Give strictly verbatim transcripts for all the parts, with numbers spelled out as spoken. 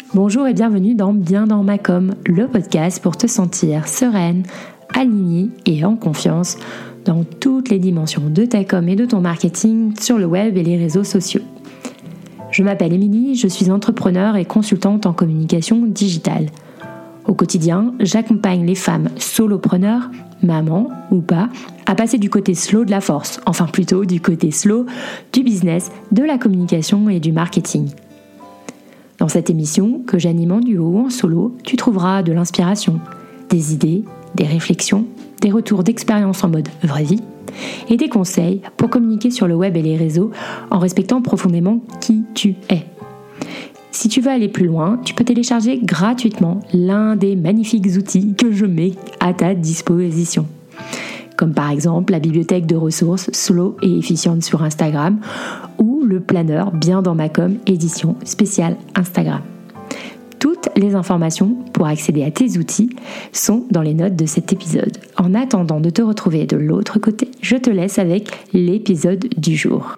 Bonjour et bienvenue dans Bien dans ma com, le podcast pour te sentir sereine, alignée et en confiance dans toutes les dimensions de ta com et de ton marketing sur le web et les réseaux sociaux. Je m'appelle Émilie, je suis entrepreneure et consultante en communication digitale. Au quotidien, j'accompagne les femmes solopreneurs, mamans ou pas, à passer du côté slow de la force, enfin plutôt du côté slow du business, de la communication et du marketing. Dans cette émission, que j'anime en duo ou en solo, tu trouveras de l'inspiration, des idées, des réflexions, des retours d'expérience en mode vraie vie et des conseils pour communiquer sur le web et les réseaux en respectant profondément qui tu es. Si tu veux aller plus loin, tu peux télécharger gratuitement l'un des magnifiques outils que je mets à ta disposition. Comme par exemple la bibliothèque de ressources slow et efficiente sur Instagram ou le planeur Bien dans ma com édition spéciale Instagram. Toutes les informations pour accéder à tes outils sont dans les notes de cet épisode. En attendant de te retrouver de l'autre côté, je te laisse avec l'épisode du jour.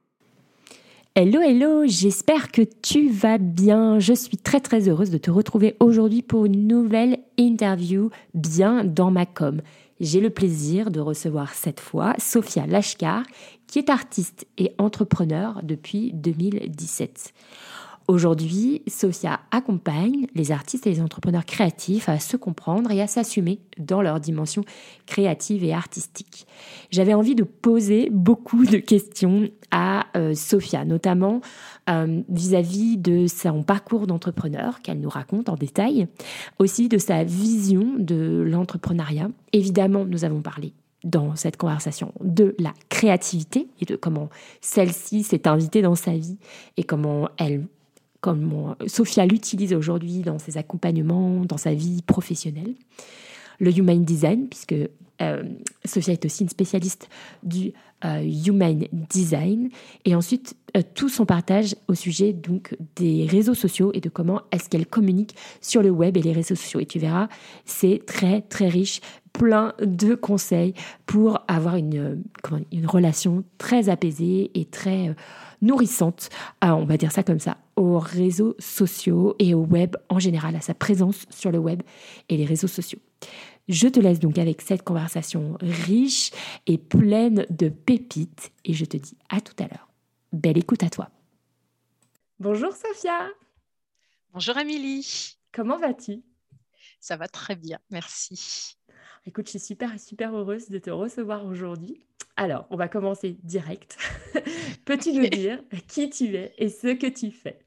Hello, hello, j'espère que tu vas bien. Je suis très très heureuse de te retrouver aujourd'hui pour une nouvelle interview Bien dans ma com. J'ai le plaisir de recevoir cette fois Sophia Lashkar, qui est artiste et entrepreneur depuis deux mille dix-sept. Aujourd'hui, Sophia accompagne les artistes et les entrepreneurs créatifs à se comprendre et à s'assumer dans leur dimension créative et artistique. J'avais envie de poser beaucoup de questions à euh, Sophia, notamment euh, vis-à-vis de son parcours d'entrepreneur qu'elle nous raconte en détail, aussi de sa vision de l'entrepreneuriat. Évidemment, nous avons parlé dans cette conversation de la créativité et de comment celle-ci s'est invitée dans sa vie et comment elle comment Sophia l'utilise aujourd'hui dans ses accompagnements, dans sa vie professionnelle. Le Human Design, puisque euh, Sophia est aussi une spécialiste du euh, Human Design. Et ensuite, euh, tout son partage au sujet donc, des réseaux sociaux et de comment est-ce qu'elle communique sur le web et les réseaux sociaux. Et tu verras, c'est très, très riche, plein de conseils pour avoir une, comment, une relation très apaisée et très euh, nourrissante, euh, on va dire ça comme ça, aux réseaux sociaux et au web en général, à sa présence sur le web et les réseaux sociaux. Je te laisse donc avec cette conversation riche et pleine de pépites et je te dis à tout à l'heure. Belle écoute à toi. Bonjour Sophia. Bonjour Émilie. Comment vas-tu? Ça va très bien, merci. Écoute, je suis super, super heureuse de te recevoir aujourd'hui. Alors, on va commencer direct. Peux-tu nous dire qui tu es et ce que tu fais?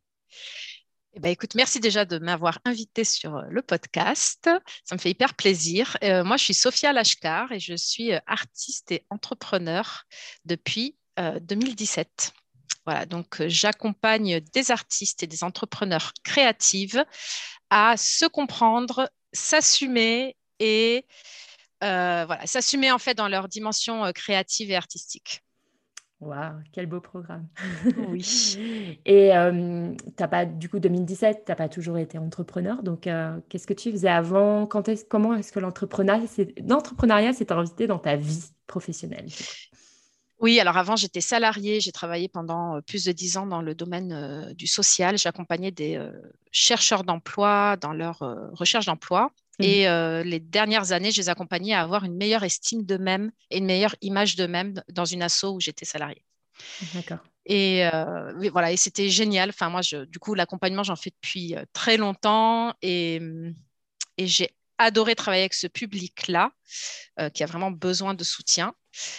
Eh ben, écoute, merci déjà de m'avoir invitée sur le podcast. Ça me fait hyper plaisir. Euh, moi, je suis Sophia Lashkar et je suis artiste et entrepreneur depuis euh, deux mille dix-sept. Voilà, donc euh, j'accompagne des artistes et des entrepreneurs créatifs à se comprendre, s'assumer et euh, voilà, s'assumer en fait dans leur dimension euh, créative et artistique. Waouh, quel beau programme. Oui. Et euh, t'as pas, du coup, deux mille dix-sept, tu n'as pas toujours été entrepreneur. Donc, euh, qu'est-ce que tu faisais avant? Quand est-ce, comment est-ce que l'entrepreneuriat, c'est, l'entrepreneuriat s'est invité dans ta vie professionnelle? Oui, alors avant, j'étais salariée. J'ai travaillé pendant euh, plus de dix ans dans le domaine euh, du social. J'accompagnais des euh, chercheurs d'emploi dans leur euh, recherche d'emploi. Mmh. Et euh, les dernières années, je les accompagnais à avoir une meilleure estime d'eux-mêmes et une meilleure image d'eux-mêmes dans une asso où j'étais salariée. D'accord. Et euh, oui, voilà, et c'était génial. Enfin, moi, je, du coup, l'accompagnement, j'en fais depuis euh, très longtemps et, et j'ai adoré travailler avec ce public-là euh, qui a vraiment besoin de soutien.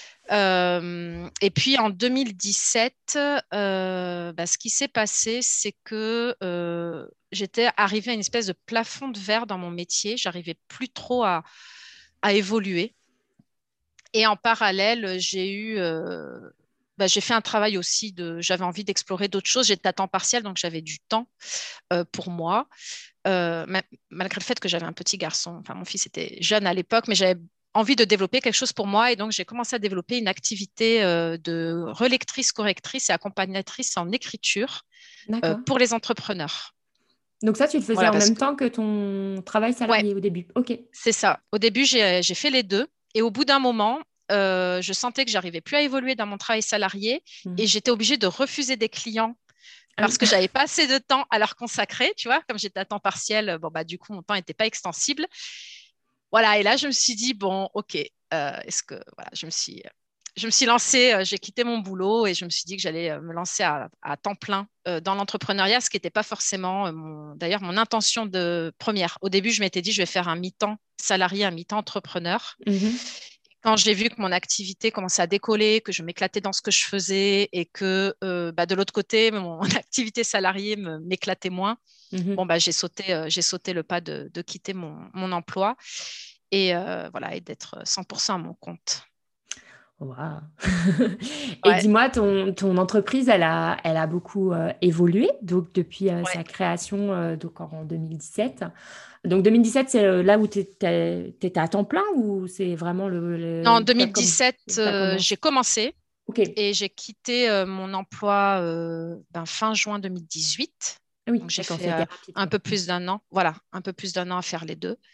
Euh, et puis en deux mille dix-sept, euh, bah, ce qui s'est passé, c'est que euh, j'étais arrivée à une espèce de plafond de verre dans mon métier. J'arrivais plus trop à, à évoluer. Et en parallèle, j'ai eu, euh, bah, j'ai fait un travail aussi de, j'avais envie d'explorer d'autres choses. J'étais à temps partiel, donc j'avais du temps euh, pour moi. Euh, ma- malgré le fait que j'avais un petit garçon, enfin mon fils était jeune à l'époque, mais j'avais envie de développer quelque chose pour moi et donc j'ai commencé à développer une activité euh, de relectrice, correctrice et accompagnatrice en écriture euh, D'accord. pour les entrepreneurs. Donc ça, tu le faisais Voilà, en parce même que temps que ton travail ouais, salarié au début. OK. c'est ça. Au début, j'ai, j'ai fait les deux et au bout d'un moment, euh, je sentais que j'arrivais plus à évoluer dans mon travail salarié Mmh. et j'étais obligée de refuser des clients Ah oui. parce que j'avais pas assez de temps à leur consacrer, tu vois, comme j'étais à temps partiel, bon bah du coup mon temps n'était pas extensible. Voilà, et là je me suis dit bon, ok, euh, est-ce que voilà, je me suis je me suis lancée, euh, j'ai quitté mon boulot et je me suis dit que j'allais euh, me lancer à, à temps plein euh, dans l'entrepreneuriat, ce qui n'était pas forcément euh, mon, d'ailleurs mon intention de première. Au début, je m'étais dit je vais faire un mi-temps salarié, un mi-temps entrepreneur. Mhm. Quand j'ai vu que mon activité commençait à décoller, que je m'éclatais dans ce que je faisais et que euh, bah, de l'autre côté, mon activité salariée me- m'éclatait moins, bon, Mhm. bah, j'ai sauté, euh, j'ai sauté le pas de, de quitter mon, mon emploi et, euh, voilà, et d'être cent pour cent à mon compte. Waouh. Et Ouais, dis-moi, ton, ton entreprise, elle a, elle a beaucoup euh, évolué donc depuis euh, ouais. sa création euh, donc en deux mille dix-sept. Donc deux mille dix-sept, c'est euh, là où tu étais à temps plein ou c'est vraiment le, Non, en le, t'as comme, deux mille dix-sept, t'as euh, commencé? j'ai commencé Ok. et j'ai quitté euh, mon emploi euh, ben, fin juin deux mille dix-huit. Ah oui, Donc, j'ai d'accord, fait ça a été euh, rapide, un quoi. peu Mm. plus d'un an. Voilà, un peu plus d'un an à faire les deux.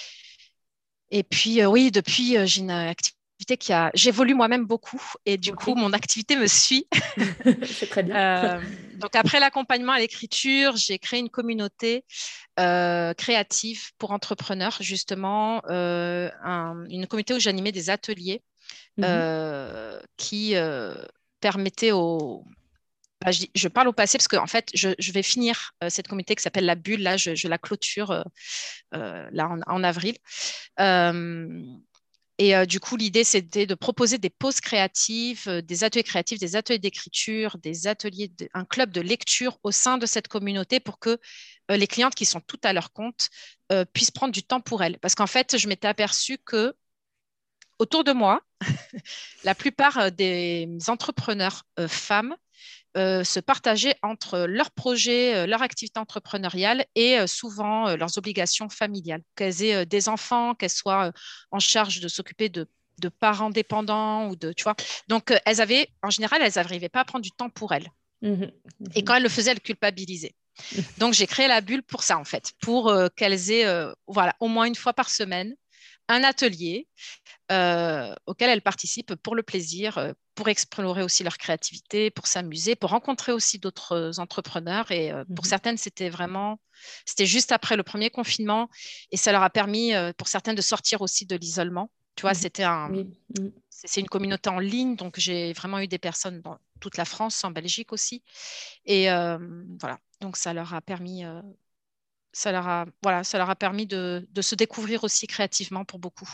Et puis, euh, oui, depuis, euh, j'ai une activité qui a. J'évolue moi-même beaucoup et du Ok. coup, mon activité me suit. C'est très bien. Euh, donc, après l'accompagnement à l'écriture, j'ai créé une communauté euh, créative pour entrepreneurs, justement, euh, un- une communauté où j'animais des ateliers Mhm. euh, qui euh, permettaient aux. Bah, je, dis- je parle au passé parce que en fait, je, je vais finir euh, cette communauté qui s'appelle La Bulle. Là, je, je la clôture euh, euh, là en, en avril. Euh, Et euh, du coup, l'idée, c'était de proposer des pauses créatives, euh, des ateliers créatifs, des ateliers d'écriture, des ateliers, de- un club de lecture au sein de cette communauté pour que euh, les clientes qui sont toutes à leur compte euh, puissent prendre du temps pour elles. Parce qu'en fait, je m'étais aperçue que autour de moi, la plupart euh, des entrepreneurs euh, femmes euh, se partageaient entre leurs projets, euh, leur activité entrepreneuriale et euh, souvent euh, leurs obligations familiales. Qu'elles aient euh, des enfants, qu'elles soient euh, en charge de s'occuper de, de parents dépendants ou de, tu vois. Donc, euh, elles avaient, en général, elles n'arrivaient pas à prendre du temps pour elles. Mhm. Et quand Mhm. elles le faisaient, elles culpabilisaient. Donc, j'ai créé la bulle pour ça, en fait, pour euh, qu'elles aient, euh, voilà, au moins une fois par semaine, un atelier euh, auxquels elles participent pour le plaisir, euh, pour explorer aussi leur créativité, pour s'amuser, pour rencontrer aussi d'autres entrepreneurs. Et euh, pour Mhm. certaines, c'était vraiment, c'était juste après le premier confinement et ça leur a permis, euh, pour certaines, de sortir aussi de l'isolement. Tu vois, Mhm. c'était un, Oui. Mhm. c'est c'est une communauté en ligne, donc j'ai vraiment eu des personnes dans toute la France, en Belgique aussi. Et euh, voilà, donc ça leur a permis, euh, ça leur a, voilà, ça leur a permis de, de se découvrir aussi créativement pour beaucoup.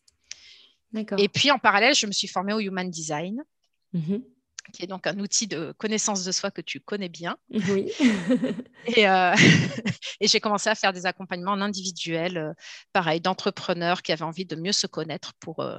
Et D'accord. puis en parallèle, je me suis formée au Human Design, Mhm. qui est donc un outil de connaissance de soi que tu connais bien. Oui. Et, euh, et j'ai commencé à faire des accompagnements en individuel, euh, pareil, d'entrepreneurs qui avaient envie de mieux se connaître pour, euh,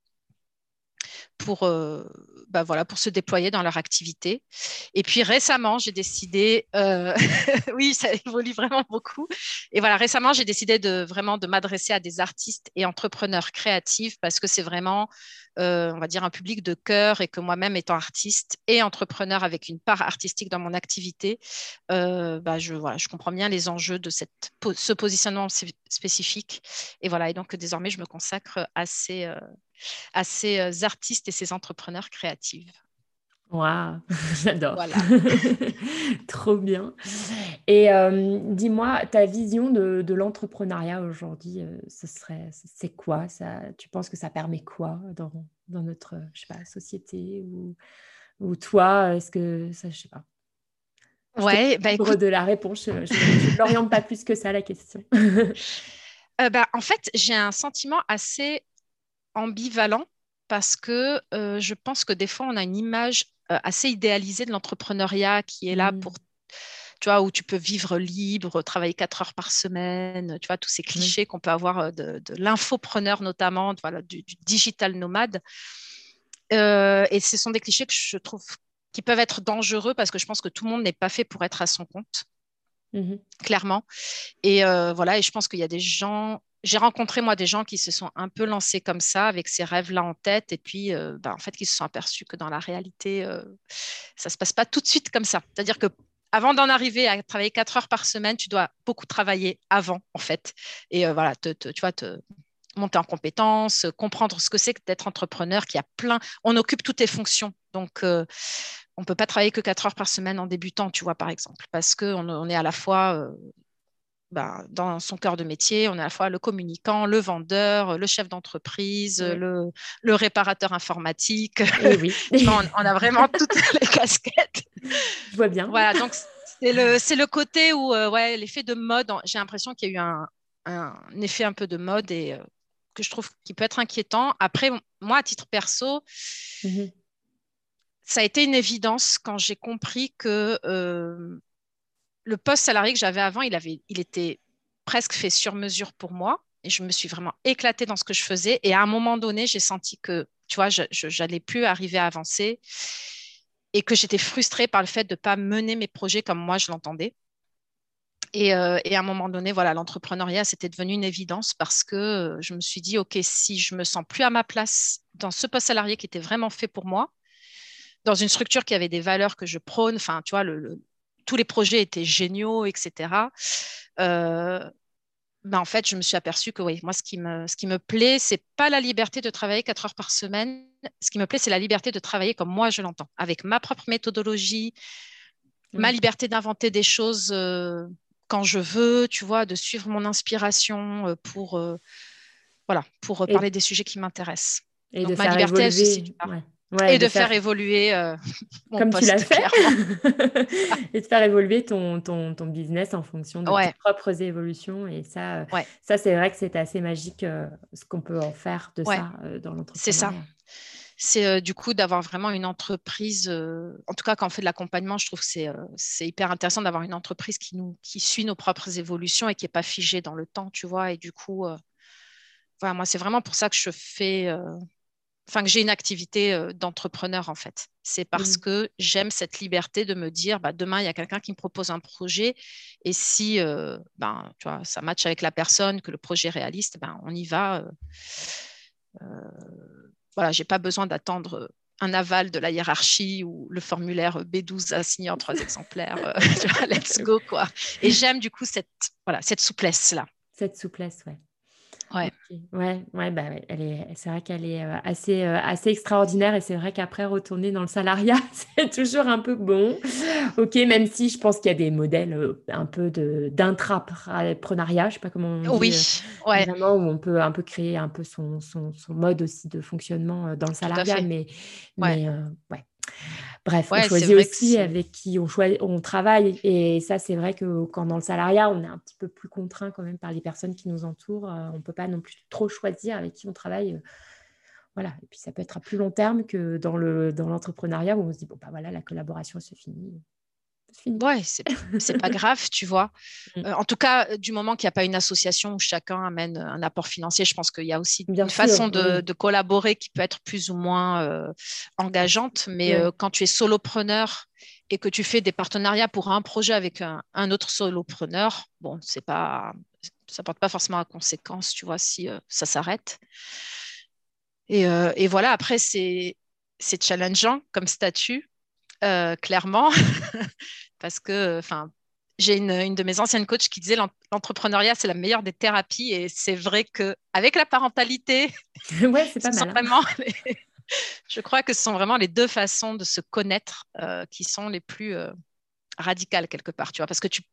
pour, euh, bah voilà, pour se déployer dans leur activité. Et puis récemment, j'ai décidé, euh, oui, ça évolue vraiment beaucoup. Et voilà, récemment, j'ai décidé de vraiment de m'adresser à des artistes et entrepreneurs créatifs parce que c'est vraiment, euh, on va dire, un public de cœur et que moi-même, étant artiste et entrepreneur avec une part artistique dans mon activité, euh, bah je, voilà, je comprends bien les enjeux de cette, ce positionnement spécifique. Et voilà, et donc désormais, je me consacre à ces, euh, à ces euh, artistes et ces entrepreneurs créatifs. Waouh, j'adore. Voilà. Trop bien. Et euh, dis-moi, ta vision de, de l'entrepreneuriat aujourd'hui, euh, ce serait, c'est quoi ça? Tu penses que ça permet quoi dans, dans notre, je sais pas, société ou, ou toi, est-ce que ça, je sais pas. Je te Ouais, bah libre écoute, de la réponse. Je, je, je ne l'oriente pas plus que ça la question. euh, bah, en fait, j'ai un sentiment assez ambivalent parce que euh, je pense que des fois, on a une image euh, assez idéalisée de l'entrepreneuriat qui est là pour, Mm, tu vois, où tu peux vivre libre, travailler quatre heures par semaine, tu vois, tous ces oui. clichés qu'on peut avoir euh, de, de l'infopreneur notamment, voilà, du, du digital nomade. Euh, et ce sont des clichés que je trouve qui peuvent être dangereux parce que je pense que tout le monde n'est pas fait pour être à son compte, Mhm, clairement. Et euh, voilà, et je pense qu'il y a des gens, j'ai rencontré moi des gens qui se sont un peu lancés comme ça, avec ces rêves-là en tête, et puis euh, bah, en fait, qui se sont aperçus que dans la réalité, euh, ça se passe pas tout de suite comme ça. C'est-à-dire que avant d'en arriver à travailler quatre heures par semaine, tu dois beaucoup travailler avant, en fait. Et euh, voilà, te, te- tu vois, te monter en compétences, comprendre ce que c'est que d'être entrepreneur, qu'il y a plein, on occupe toutes les fonctions. Donc, euh, on ne peut pas travailler que quatre heures par semaine en débutant, tu vois, par exemple, parce qu'on on est à la fois euh, ben, dans son cœur de métier, on est à la fois le communicant, le vendeur, le chef d'entreprise, Ouais. le, le réparateur informatique. Et oui, Tu vois, on, on a vraiment toutes les casquettes. je vois bien. Voilà, donc c'est le, c'est le côté où, euh, ouais, l'effet de mode, j'ai l'impression qu'il y a eu un, un effet un peu de mode et euh, que je trouve qui peut être inquiétant. Après, moi, à titre perso, Mhm. ça a été une évidence quand j'ai compris que euh, le poste salarié que j'avais avant, il avait, il était presque fait sur mesure pour moi. Et je me suis vraiment éclatée dans ce que je faisais. Et à un moment donné, j'ai senti que, tu vois, je, je, n'allais plus arriver à avancer et que j'étais frustrée par le fait de ne pas mener mes projets comme moi je l'entendais. Et, euh, et, à un moment donné, voilà, l'entrepreneuriat, c'était devenu une évidence parce que euh, je me suis dit, OK, si je me sens plus à ma place dans ce poste salarié qui était vraiment fait pour moi, dans une structure qui avait des valeurs que je prône, enfin, tu vois, le, le, tous les projets étaient géniaux, et cetera. Euh, ben, en fait, je me suis aperçue que oui, moi, ce qui me, ce qui me plaît, c'est pas la liberté de travailler quatre heures par semaine. Ce qui me plaît, c'est la liberté de travailler comme moi je l'entends, avec ma propre méthodologie, ma Ouais. liberté d'inventer des choses euh, quand je veux, tu vois, de suivre mon inspiration euh, pour, euh, voilà, pour Et, parler des sujets qui m'intéressent. et de Donc, ma faire liberté, elle se évoluer, situe là. ouais. Ouais, Et de de faire faire évoluer euh, mon comme tu l'as poste, fait clairement. et de faire évoluer ton, ton, ton business en fonction de tes Ouais, propres évolutions. Et ça, euh, ouais, ça c'est vrai que c'est assez magique euh, ce qu'on peut en faire de ouais, ça euh, dans c'est ça. l'entrepreneuriat. C'est euh, du coup d'avoir vraiment une entreprise. Euh, en tout cas, quand on fait de l'accompagnement, je trouve que c'est euh, c'est hyper intéressant d'avoir une entreprise qui nous qui suit nos propres évolutions et qui n'est pas figée dans le temps, tu vois. Et du coup, euh, voilà, moi, c'est vraiment pour ça que je fais, euh, enfin, que j'ai une activité euh, d'entrepreneur en fait. C'est parce Mhm. que j'aime cette liberté de me dire, bah, demain, il y a quelqu'un qui me propose un projet et si euh, ben, tu vois, ça matche avec la personne, que le projet est réaliste, ben, on y va. Euh, voilà, j'ai pas besoin d'attendre un aval de la hiérarchie ou le formulaire B douze à signer en trois exemplaires. Euh, tu vois, let's go, quoi. Et j'aime du coup cette, voilà, cette souplesse-là. Cette souplesse, ouais. Ouais, Ok, ouais, ouais, bah ouais, elle est, c'est vrai qu'elle est euh, assez, euh, assez extraordinaire et c'est vrai qu'après retourner dans le salariat, c'est toujours un peu bon. Ok, même si je pense qu'il y a des modèles euh, un peu de d'intrapreneuriat, je sais pas comment on dit, euh, oui, ouais, vraiment où on peut un peu créer un peu son, son, son mode aussi de fonctionnement euh, dans le tout à salariat, fait. mais, Ouais, mais euh, ouais. Bref, on ouais, c'est choisit vrai que aussi c'est. avec qui on, choi- on travaille. Et ça, c'est vrai que quand dans le salariat, on est un petit peu plus contraint quand même par les personnes qui nous entourent. Euh, on ne peut pas non plus trop choisir avec qui on travaille. Euh, voilà. Et puis, ça peut être à plus long terme que dans le, dans l'entrepreneuriat où on se dit, bon, bah voilà, la collaboration se finit. Se finit. Ouais, c'est c'est pas grave, tu vois. Mm. Euh, en tout cas, euh, du moment qu'il n'y a pas une association où chacun amène un apport financier, je pense qu'il y a aussi Bien une sûr, façon de, oui. de collaborer qui peut être plus ou moins euh, engageante. Mais Ouais. euh, quand tu es solopreneur et que tu fais des partenariats pour un projet avec un, un autre solopreneur, bon, c'est pas, ça porte pas forcément à conséquence, tu vois, si euh, ça s'arrête. Et, euh, et voilà, après, c'est c'est challengeant comme statut, euh, clairement. Parce que, enfin, j'ai une, une de mes anciennes coachs qui disait l'en- l'entrepreneuriat, c'est la meilleure des thérapies. Et c'est vrai qu'avec la parentalité, Ouais, c'est pas ce sont mal, hein. vraiment les- je crois que ce sont vraiment les deux façons de se connaître euh, qui sont les plus euh, radicales quelque part, tu vois, parce que tu,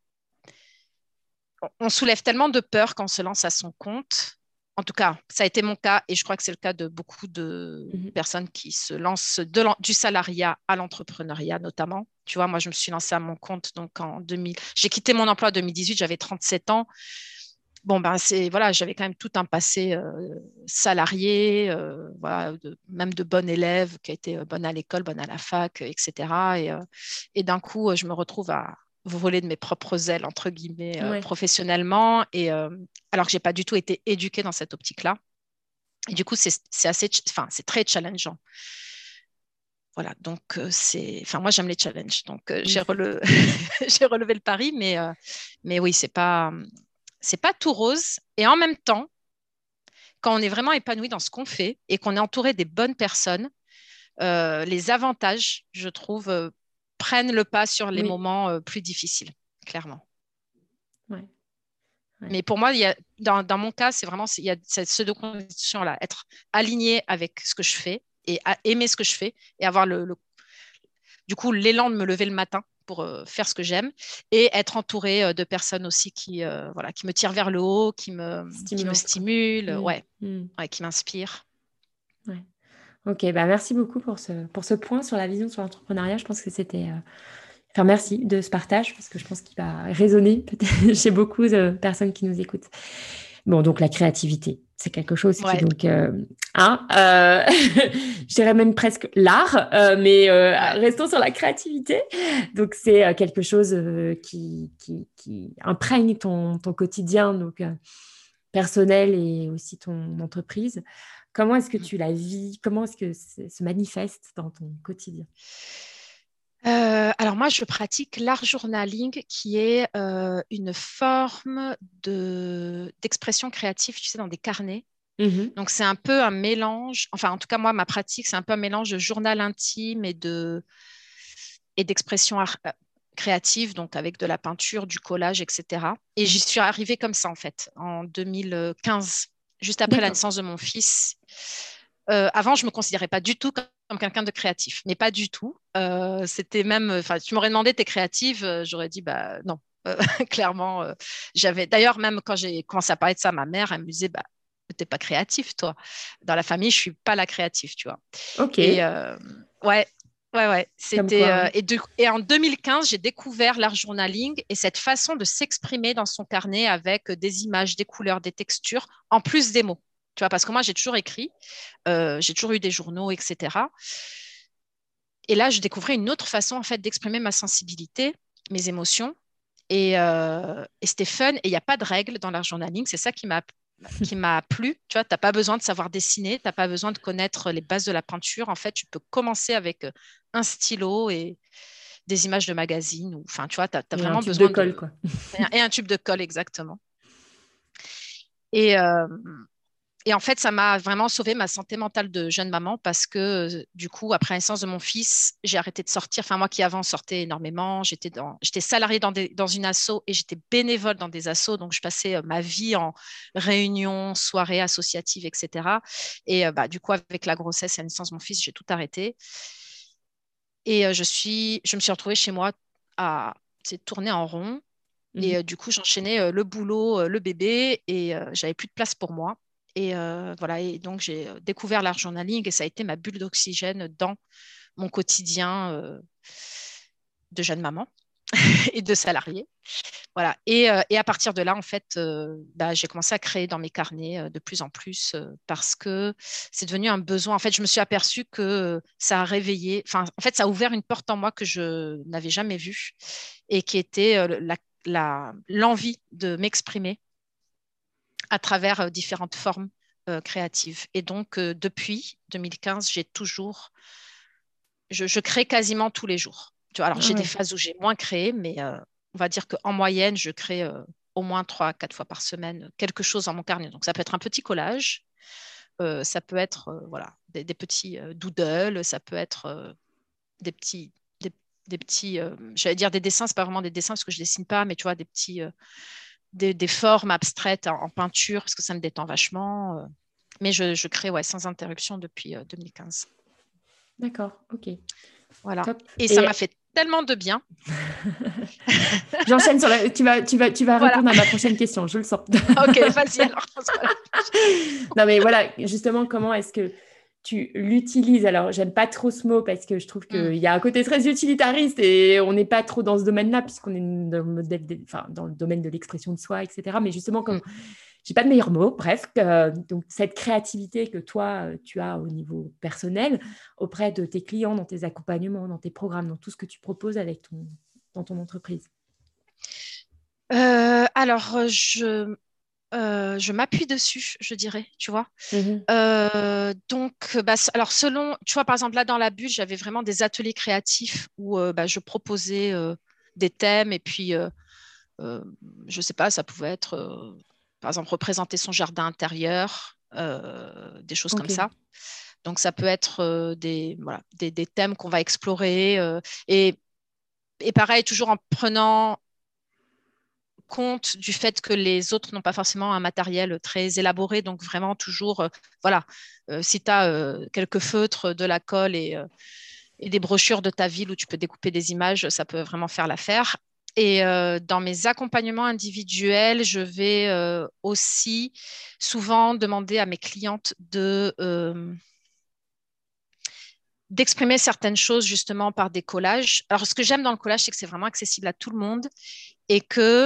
on soulève tellement de peur quand on se lance à son compte. En tout cas, ça a été mon cas et je crois que c'est le cas de beaucoup de Mhm. personnes qui se lancent de l'en- du salariat à l'entrepreneuriat notamment. Tu vois, moi, je me suis lancée à mon compte donc en deux mille. J'ai quitté mon emploi en deux mille dix-huit, j'avais trente-sept ans. Bon, ben, c'est, voilà, j'avais quand même tout un passé euh, salarié, euh, voilà, de- même de bonne élève qui a été euh, bonne à l'école, bonne à la fac, euh, et cetera. Et, euh, et d'un coup, euh, je me retrouve à voler de mes propres ailes, entre guillemets, euh, Ouais. professionnellement, et, euh, alors que j'ai pas du tout été éduquée dans cette optique-là. Et du coup, c'est c'est assez, ch- enfin, c'est très challengeant. Voilà, donc euh, c'est, enfin, moi j'aime les challenges, donc euh, j'ai rele- j'ai relevé le pari, mais, euh, mais oui, c'est pas, c'est pas tout rose. Et en même temps, quand on est vraiment épanoui dans ce qu'on fait et qu'on est entouré des bonnes personnes, euh, les avantages, je trouve, euh, prennent le pas sur les Oui. moments euh, plus difficiles, clairement. Ouais. Ouais. Mais pour moi, il y a, dans, dans mon cas, c'est vraiment il y a cette, ces deux conditions-là, être aligné avec ce que je fais et à aimer ce que je fais et avoir le, le- du coup, l'élan de me lever le matin pour euh, faire ce que j'aime et être entourée euh, de personnes aussi qui, euh, voilà, qui me tirent vers le haut, qui me, qui me Stimulante, quoi. stimulent, Mm, ouais, mm, ouais, qui m'inspirent. ouais. Ok, bah merci beaucoup pour ce, pour ce point sur la vision sur l'entrepreneuriat. Je pense que c'était... euh, Enfin, merci de ce partage parce que je pense qu'il va résonner peut-être chez beaucoup de personnes qui nous écoutent. Bon, donc la créativité, c'est quelque chose qui Ouais, donc, euh, hein, euh, je dirais même presque l'art, euh, mais euh, ouais. restons sur la créativité. Donc c'est euh, quelque chose euh, qui, qui, qui imprègne ton, ton quotidien, donc euh, personnel et aussi ton entreprise. Comment est-ce que tu la vis? Comment est-ce que ça se manifeste dans ton quotidien? Euh, alors moi, je pratique l'art journaling, qui est euh, une forme de, d'expression créative, tu sais, dans des carnets. Mhm. Donc c'est un peu un mélange, enfin en tout cas moi, ma pratique, c'est un peu un mélange de journal intime et de et d'expression ar- euh, créative, donc avec de la peinture, du collage, et cetera. Et j'y suis arrivée comme ça en fait, en deux mille quinze, juste après la D'accord. naissance de mon fils. Euh, avant, je me considérais pas du tout comme comme quelqu'un de créatif, mais pas du tout. Euh, c'était même, enfin, tu m'aurais demandé, t'es créative, euh, j'aurais dit, bah non, Euh, clairement. euh, j'avais, d'ailleurs, même quand j'ai commencé à parler de ça, ma mère, elle me disait, bah, t'es pas créatif, toi. Dans la famille, je suis pas la créative, tu vois. Ok. Et euh, ouais, ouais, ouais. Comme C'était, quoi, euh, ouais. et, de- et en deux mille quinze, j'ai découvert l'art journaling et cette façon de s'exprimer dans son carnet avec des images, des couleurs, des textures, en plus des mots. Tu vois, parce que moi, j'ai toujours écrit, euh, j'ai toujours eu des journaux, et cetera. Et là, je découvrais une autre façon, en fait, d'exprimer ma sensibilité, mes émotions. Et, euh, et c'était fun. Et il n'y a pas de règles dans l'art journaling. C'est ça qui m'a qui m'a plu. Tu vois, tu n'as pas besoin de savoir dessiner, tu n'as pas besoin de connaître les bases de la peinture. En fait, tu peux commencer avec euh, un stylo et des images de magazines. Ou, enfin, tu vois, tu as, Et un vraiment tube de besoin colle, de... quoi. Et un tube de colle, exactement. Et, euh, et en fait, ça m'a vraiment sauvé ma santé mentale de jeune maman parce que euh, du coup, après la naissance de mon fils, j'ai arrêté de sortir. Enfin, moi qui avant sortais énormément, j'étais dans, j'étais salariée dans, des, dans une asso et j'étais bénévole dans des assos. Donc, je passais euh, ma vie en réunions, soirées associatives, et cetera. Et euh, bah, du coup, avec la grossesse et la naissance de mon fils, j'ai tout arrêté. Et euh, je suis, je me suis retrouvée chez moi à tu sais, tourner en rond. Mhm. Et euh, du coup, j'enchaînais euh, le boulot, euh, le bébé, et euh, j'avais plus de place pour moi. Et euh, voilà, et donc j'ai euh, découvert l'art journaling et ça a été ma bulle d'oxygène dans mon quotidien euh, de jeune maman et de salariée. Voilà. Et, euh, et à partir de là, en fait, euh, bah, j'ai commencé à créer dans mes carnets euh, de plus en plus euh, parce que c'est devenu un besoin. En fait, je me suis aperçue que ça a réveillé, enfin, en fait, ça a ouvert une porte en moi que je n'avais jamais vue et qui était euh, la, la, l'envie de m'exprimer à travers euh, différentes formes euh, créatives. Et donc, euh, depuis deux mille quinze, j'ai toujours, je, je crée quasiment tous les jours. Tu vois, alors, Ah j'ai des ouais. phases où j'ai moins créé, mais euh, on va dire qu'en moyenne, je crée euh, au moins trois, quatre fois par semaine quelque chose dans mon carnet. Donc, ça peut être un petit collage, euh, ça peut être euh, voilà, des, des petits euh, doodles, ça peut être euh, des petits, des, des petits euh, j'allais dire des dessins, c'est pas vraiment des dessins parce que je dessine pas, mais tu vois, des petits, euh, des, des formes abstraites en, en peinture parce que ça me détend vachement. euh. Mais je, je crée ouais, sans interruption depuis euh, deux mille quinze. D'accord, ok, Voilà. top. Et ça Et m'a fait tellement de bien. j'enchaîne sur la... Tu vas, tu vas, tu vas Voilà. répondre à ma prochaine question, je le sens. Ok, vas-y alors. Non, mais voilà, justement, comment est-ce que tu l'utilises? Alors, j'aime pas trop ce mot parce que je trouve Hmm, qu'il y a un côté très utilitariste et on n'est pas trop dans ce domaine-là puisqu'on est dans le, modèle des- enfin, dans le domaine de l'expression de soi, et cetera. Mais justement, hmm. comme j'ai pas de meilleur mot, bref, euh, donc cette créativité que toi, euh, tu as au niveau personnel auprès de tes clients, dans tes accompagnements, dans tes programmes, dans tout ce que tu proposes avec ton, dans ton entreprise. Euh, alors, euh, je, euh, je m'appuie dessus, je dirais, tu vois. Mhm. Euh, donc, bah, s- alors selon, tu vois, par exemple, là dans la bulle, j'avais vraiment des ateliers créatifs où euh, bah, je proposais euh, des thèmes et puis, euh, euh, je sais pas, ça pouvait être, euh, par exemple, représenter son jardin intérieur, euh, des choses comme Ok, ça. Donc, ça peut être euh, des, voilà, des, des thèmes qu'on va explorer. euh, et, et pareil, toujours en prenant compte du fait que les autres n'ont pas forcément un matériel très élaboré. Donc, vraiment, toujours, euh, voilà, euh, si tu as euh, quelques feutres, de la colle et, euh, et des brochures de ta ville où tu peux découper des images, ça peut vraiment faire l'affaire. Et euh, dans mes accompagnements individuels, je vais euh, aussi souvent demander à mes clientes de, euh, d'exprimer certaines choses justement par des collages. Alors, ce que j'aime dans le collage, c'est que c'est vraiment accessible à tout le monde et que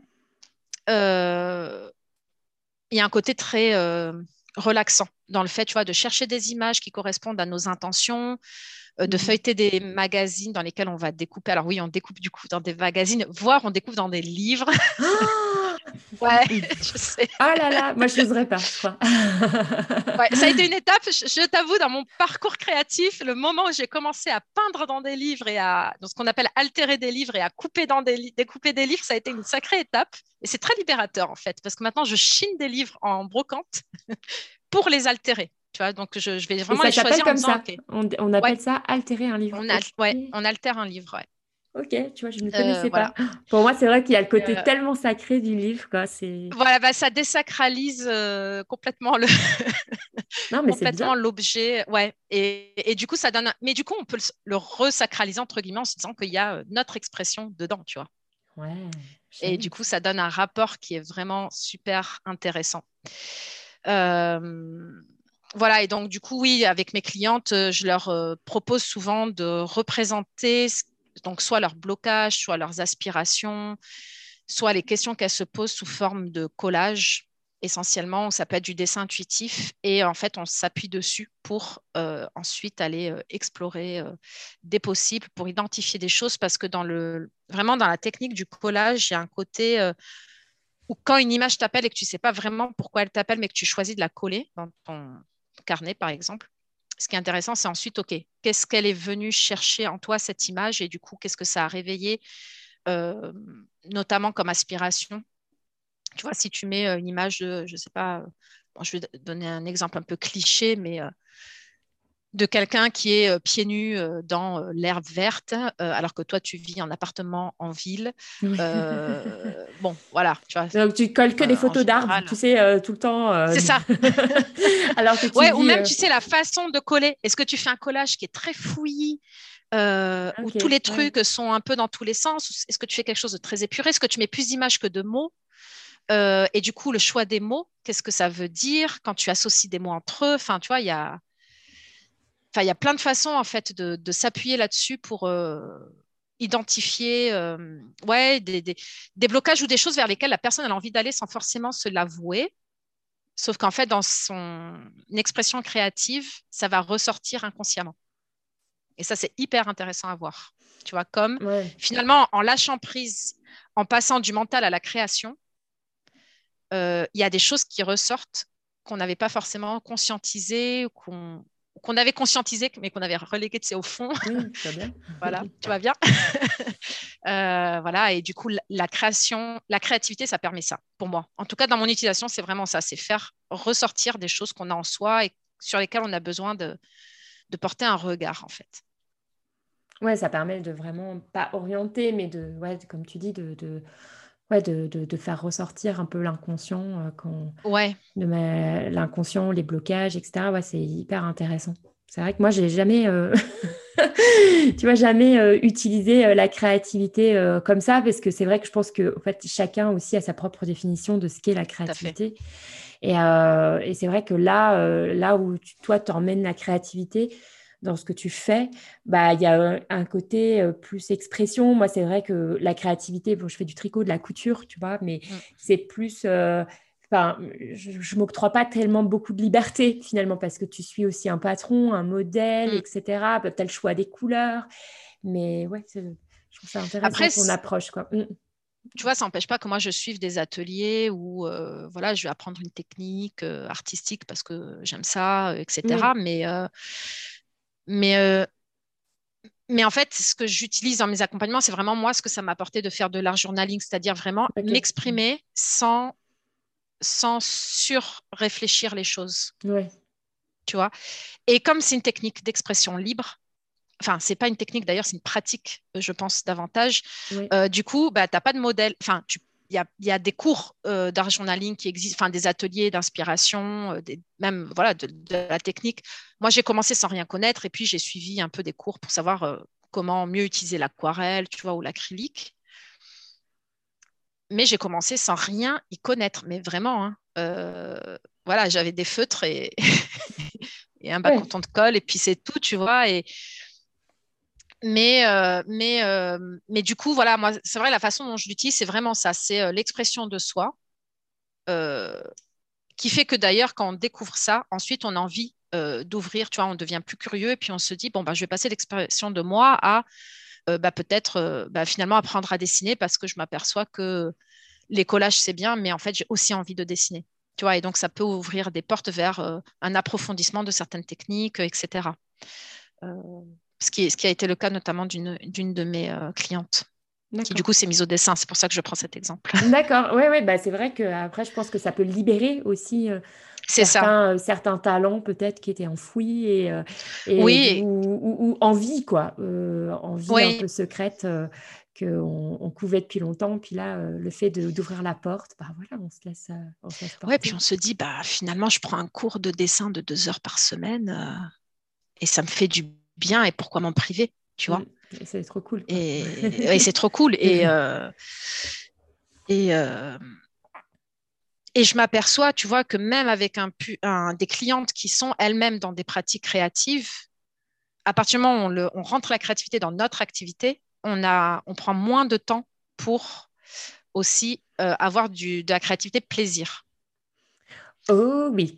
euh, il y a un côté très euh, relaxant dans le fait, tu vois, de chercher des images qui correspondent à nos intentions, euh, de Mhm. feuilleter des magazines dans lesquels on va découper. Alors oui, on découpe du coup dans des magazines, voire on découpe dans des livres. Ah, Ouais, je sais. ah là là, moi je n'oserais pas, je crois. Ouais, ça a été une étape, je, je t'avoue, dans mon parcours créatif, le moment où j'ai commencé à peindre dans des livres et à, dans ce qu'on appelle altérer des livres et à couper dans des, li- découper des livres, ça a été une sacrée étape. Et c'est très libérateur, en fait, parce que maintenant, je chine des livres en brocante pour les altérer. Tu vois, donc je, je vais Et vraiment ça les s'appelle choisir en comme disant, ça. OK, On, on ouais, appelle ça altérer un livre. on, al- Ok. ouais, on altère un livre, ouais. Ok, tu vois, je ne Euh, connaissais pas. voilà. Pour moi, c'est vrai qu'il y a le côté Euh, tellement sacré du livre, quoi. C'est... voilà, bah, ça désacralise euh, complètement le, Non, mais c'est bien. complètement l'objet. Ouais. Et, et du coup, ça donne. un- Mais du coup, on peut le, le resacraliser, entre guillemets, en se disant qu'il y a euh, notre expression dedans, tu vois. Ouais, Et j'aime. du coup, ça donne un rapport qui est vraiment super intéressant. Euh, Voilà, et donc du coup, oui, avec mes clientes, euh, je leur euh, propose souvent de représenter ce- donc soit leurs blocages, soit leurs aspirations, soit les questions qu'elles se posent sous forme de collage. Essentiellement, ça peut être du dessin intuitif et en fait, on s'appuie dessus pour euh, ensuite aller euh, explorer euh, des possibles, pour identifier des choses, parce que dans le, vraiment dans la technique du collage, il y a un côté euh, où quand une image t'appelle et que tu ne sais pas vraiment pourquoi elle t'appelle, mais que tu choisis de la coller dans ton carnet, par exemple. Ce qui est intéressant, c'est ensuite, OK, qu'est-ce qu'elle est venue chercher en toi, cette image, et du coup, qu'est-ce que ça a réveillé, euh, notamment comme aspiration. Tu vois, si tu mets euh, une image de, je ne sais pas, euh, bon, je vais donner un exemple un peu cliché, mais euh, de quelqu'un qui est euh, pieds nus euh, dans euh, l'herbe verte, euh, alors que toi, tu vis en appartement en ville. Oui. Euh, bon, voilà, tu vois, Donc, tu colles que des euh, en photos d'arbres, tu général. sais, euh, tout le temps. euh, C'est ça. Alors que tu Ouais, ou vis. même, euh, tu sais, la façon de coller. Est-ce que tu fais un collage qui est très fouillis, euh, où Ok, tous les ouais. trucs sont un peu dans tous les sens? Est-ce que tu fais quelque chose de très épuré? Est-ce que tu mets plus d'images que de mots? Euh, et du coup, le choix des mots, qu'est-ce que ça veut dire quand tu associes des mots entre eux? Enfin, tu vois, il y a, enfin, il y a plein de façons, en fait, de, de s'appuyer là-dessus pour euh, identifier euh, ouais, des, des, des blocages ou des choses vers lesquelles la personne a envie d'aller sans forcément se l'avouer. Sauf qu'en fait, dans son expression créative, ça va ressortir inconsciemment. Et ça, c'est hyper intéressant à voir. Tu vois, comme Ouais. finalement, en lâchant prise, en passant du mental à la création, euh, il y a des choses qui ressortent qu'on n'avait pas forcément conscientisées, qu'on qu'on avait conscientisé, mais qu'on avait relégué de au fond. Oui, tu vas bien. Voilà, tu vois bien. Euh, voilà, et du coup, la, la création, la créativité, ça permet ça, pour moi. En tout cas, dans mon utilisation, c'est vraiment ça, c'est faire ressortir des choses qu'on a en soi et sur lesquelles on a besoin de, de porter un regard, en fait. Ouais, ça permet de vraiment pas orienter, mais de, ouais, de- comme tu dis, de, de, ouais, de, de, de faire ressortir un peu l'inconscient, euh, quand, Ouais, de ma- l'inconscient, les blocages, et cetera. Ouais, c'est hyper intéressant. C'est vrai que moi, j'ai jamais, euh, tu vois, jamais euh, utilisé euh, la créativité euh, comme ça, parce que c'est vrai que je pense que, en fait, chacun aussi a sa propre définition de ce qu'est la tout à fait. créativité. Et, euh, et c'est vrai que là, euh, là où tu- toi, tu emmènes la créativité dans ce que tu fais, bah, il y a un, un côté euh, plus expression. Moi, c'est vrai que la créativité, bon, je fais du tricot, de la couture, tu vois, mais Mm, c'est plus... euh, Enfin, je ne m'octroie pas tellement beaucoup de liberté finalement parce que tu suis aussi un patron, un modèle, mm. et cetera. Tu as le choix des couleurs. Mais ouais, c'est- je trouve ça intéressant Après, ton c- approche, quoi. Mm. tu vois, ça n'empêche pas que moi, je suive des ateliers où euh, voilà, je vais apprendre une technique euh, artistique parce que j'aime ça, euh, et cetera. Oui, Mais, euh, mais euh, Mais en fait, ce que j'utilise dans mes accompagnements, c'est vraiment moi ce que ça m'a apporté de faire de l'art journaling, c'est-à-dire vraiment ok. m'exprimer sans, sans sur-réfléchir les choses, Ouais, tu vois. Et comme c'est une technique d'expression libre, enfin, c'est pas une technique d'ailleurs, c'est une pratique, euh, je pense, davantage, ouais. euh, du coup, bah, tu n'as pas de modèle, enfin, tu il y a, il y a des cours euh, d'art journaling qui existent, enfin des ateliers d'inspiration, euh, des- même voilà, de, de la technique. Moi, j'ai commencé sans rien connaître et puis j'ai suivi un peu des cours pour savoir euh, comment mieux utiliser l'aquarelle, tu vois, ou l'acrylique. Mais j'ai commencé sans rien y connaître, mais vraiment, hein. Euh, voilà, j'avais des feutres et, et un bac en Ouais. temps de colle et puis c'est tout, tu vois. Et, mais, euh, mais, euh, mais du coup, voilà, moi, c'est vrai, la façon dont je l'utilise, c'est vraiment ça, c'est euh, l'expression de soi. Euh, qui fait que d'ailleurs, quand on découvre ça, ensuite, on a envie euh, d'ouvrir, tu vois, on devient plus curieux et puis on se dit, bon, bah, je vais passer l'expression de moi à euh, bah, peut-être euh, bah, finalement apprendre à dessiner parce que je m'aperçois que les collages, c'est bien, mais en fait, j'ai aussi envie de dessiner. Tu vois, et donc, ça peut ouvrir des portes vers euh, un approfondissement de certaines techniques, euh, et cetera. Euh, ce qui est, ce qui a été le cas notamment d'une d'une de mes euh, clientes qui, du D'accord. coup, s'est mise au dessin. C'est pour ça que je prends cet exemple. D'accord, ouais, ouais, bah c'est vrai que après, je pense que ça peut libérer aussi euh, C'est ça. certains, euh, certains talents peut-être qui étaient enfouis et, euh, et du, Oui, ou, ou envie, quoi, euh, envie un oui. peu secrète euh, qu'on on couvait depuis longtemps. Puis là, euh, le fait de, d'ouvrir la porte, bah voilà, on se laisse, euh, on se laisse Ouais, puis porter. on se dit, bah, finalement, je prends un cours de dessin de deux heures par semaine euh, et ça me fait du bien et pourquoi m'en priver, tu Mm. vois? Et c'est trop cool, quoi. Et, et c'est trop cool. Et, euh, et, euh, et je m'aperçois, tu vois, que même avec un, pu- un- des clientes qui sont elles-mêmes dans des pratiques créatives, à partir du moment où on, le- on rentre la créativité dans notre activité, on a, on prend moins de temps pour aussi euh, avoir du, de la créativité plaisir. Oh oui.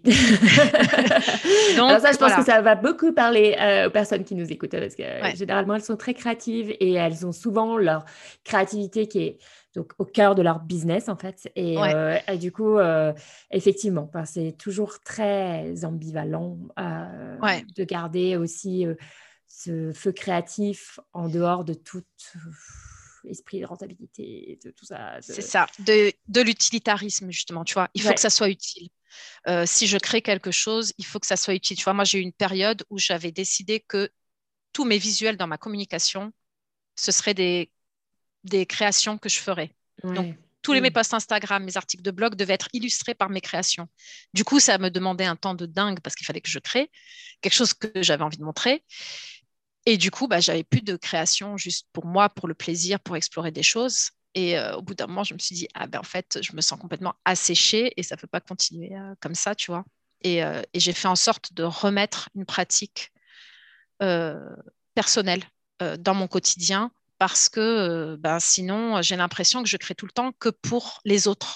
Et Alors donc, ça, je pense que voilà. ça va beaucoup parler euh, aux personnes qui nous écoutent, hein, parce que euh, Ouais, généralement, elles sont très créatives et elles ont souvent leur créativité qui est donc au cœur de leur business, en fait. Et, ouais, euh, et du coup, euh, effectivement, ben, c'est toujours très ambivalent euh, ouais. de garder aussi euh, ce feu créatif en dehors de tout euh, esprit de rentabilité, de tout ça. C'est De... ça, de, de l'utilitarisme, justement, tu vois. Il faut que Ouais. ça soit utile. Euh, si je crée quelque chose, il faut que ça soit utile. Tu vois, moi, j'ai eu une période où j'avais décidé que tous mes visuels dans ma communication, ce seraient des, des créations que je ferais. Donc, Ouais. tous les, mes Mm. posts Instagram, mes articles de blog devaient être illustrés par mes créations. Du coup, ça me demandait un temps de dingue parce qu'il fallait que je crée quelque chose que j'avais envie de montrer. Et du coup, bah, j'avais plus de création juste pour moi, pour le plaisir, pour explorer des choses. Et euh, au bout d'un moment, je me suis dit, ah ben en fait, je me sens complètement asséchée et ça ne peut pas continuer euh, comme ça, tu vois. Et, euh, et j'ai fait en sorte de remettre une pratique euh, personnelle euh, dans mon quotidien parce que euh, ben, sinon, j'ai l'impression que je crée tout le temps que pour les autres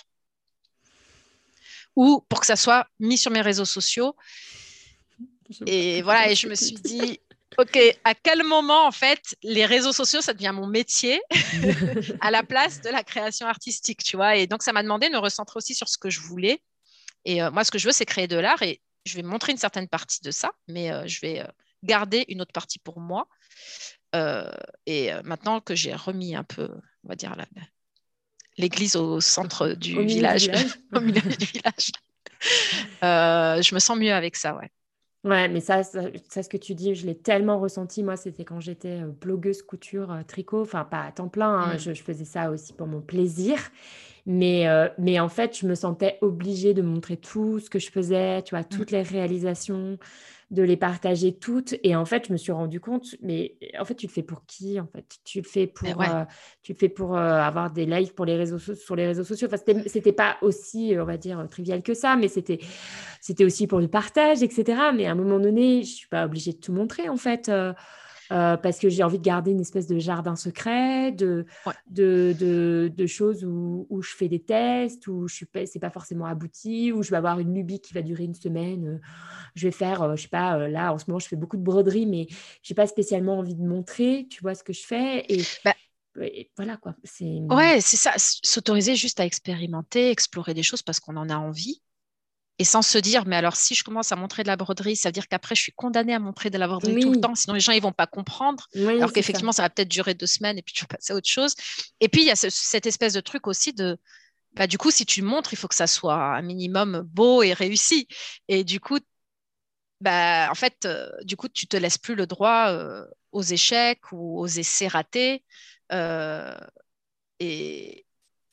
ou pour que ça soit mis sur mes réseaux sociaux. Je vois Et très bien voilà, et ce je que me tu suis dis. dit, OK, à quel moment, en fait, les réseaux sociaux, ça devient mon métier à la place de la création artistique, tu vois. Et donc, ça m'a demandé de me recentrer aussi sur ce que je voulais. Et euh, moi, ce que je veux, c'est créer de l'art et je vais montrer une certaine partie de ça, mais euh, je vais euh, garder une autre partie pour moi. Euh, et euh, maintenant que j'ai remis un peu, on va dire, la- l'église au centre Au du milieu du village, village. au milieu du village, euh, je me sens mieux avec ça, ouais. Ouais, mais ça, ça, ça, ce que tu dis, je l'ai tellement ressenti. Moi, c'était quand j'étais euh, blogueuse couture, euh, tricot. Enfin, pas à temps plein, hein, Mm. je, je faisais ça aussi pour mon plaisir. Mais, euh, mais en fait, je me sentais obligée de montrer tout ce que je faisais, tu vois, Mm. toutes les réalisations, de les partager toutes. Et en fait, je me suis rendu compte, mais en fait, tu le fais pour qui, en fait? Tu le fais Ben pour, ouais. euh, tu le fais pour euh, avoir des likes pour les réseaux so- sur les réseaux sociaux. Enfin, c'était, c'était pas aussi, euh, on va dire, trivial que ça, mais c'était, c'était aussi pour le partage, et cetera. Mais à un moment donné, je suis pas obligée de tout montrer, en fait. Euh, euh, parce que j'ai envie de garder une espèce de jardin secret, de, Ouais. de, de, de choses où, où je fais des tests, où je suis pas, c'est pas forcément abouti, où je vais avoir une lubie qui va durer une semaine. Euh, je vais faire, euh, je sais pas, euh, là en ce moment je fais beaucoup de broderie, mais j'ai pas spécialement envie de montrer, tu vois ce que je fais. Et, Ben, et voilà quoi. C'est ouais, c'est ça, s- s'autoriser juste à expérimenter, explorer des choses parce qu'on en a envie. Et sans se dire, mais alors si je commence à montrer de la broderie, ça veut dire qu'après je suis condamnée à montrer de la broderie tout le oui, temps, sinon les gens ils vont pas comprendre. oui, Alors c'est ça. qu'effectivement, ça va peut-être durer deux semaines et puis tu vas passer à autre chose. Et puis il y a ce- cette espèce de truc aussi de, bah, du coup, si tu montres, il faut que ça soit un minimum beau et réussi. Et du coup, bah, en fait, euh, du coup, tu te laisses plus le droit euh, aux échecs ou aux essais ratés. Euh, et,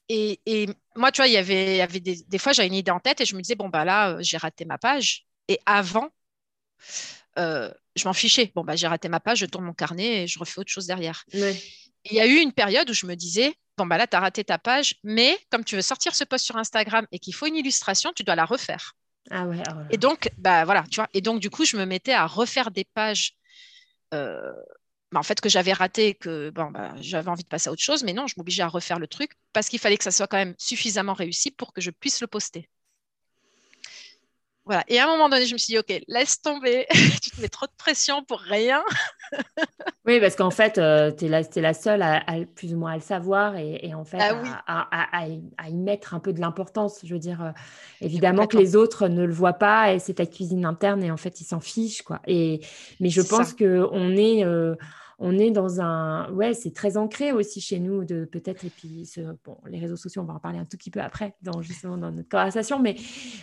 et, et moi, tu vois, il y avait, il y avait des, des fois, j'avais une idée en tête et je me disais, bon, bah là, euh, j'ai raté ma page. Et avant, euh, je m'en fichais. Bon, bah, j'ai raté ma page, je tourne mon carnet et je refais autre chose derrière. Ouais. Et il y a eu une période où je me disais, bon, bah là, tu as raté ta page, mais comme tu veux sortir ce post sur Instagram et qu'il faut une illustration, tu dois la refaire. Ah ouais, oh Et là. donc, bah voilà, tu vois. Et donc, du coup, je me mettais à refaire des pages euh, bah, en fait, que j'avais raté et que bon, bah, j'avais envie de passer à autre chose. Mais non, je m'obligeais à refaire le truc parce qu'il fallait que ça soit quand même suffisamment réussi pour que je puisse le poster. Voilà. Et à un moment donné, je me suis dit, OK, laisse tomber. Tu te mets trop de pression pour rien. Oui, parce qu'en fait, tu es la, t'es la seule à, à plus ou moins à le savoir et, et en fait Ah à, oui, à- à- à y à y mettre un peu de l'importance. Je veux dire, euh, mais évidemment que complètement. les autres ne le voient pas et c'est ta cuisine interne et en fait, ils s'en fichent, quoi. Et, mais je C'est pense ça. qu'on est, euh, on est dans un... Ouais, c'est très ancré aussi chez nous de peut-être... Et puis, ce- bon, les réseaux sociaux, on va en parler un tout petit peu après, dans, justement dans notre conversation, mais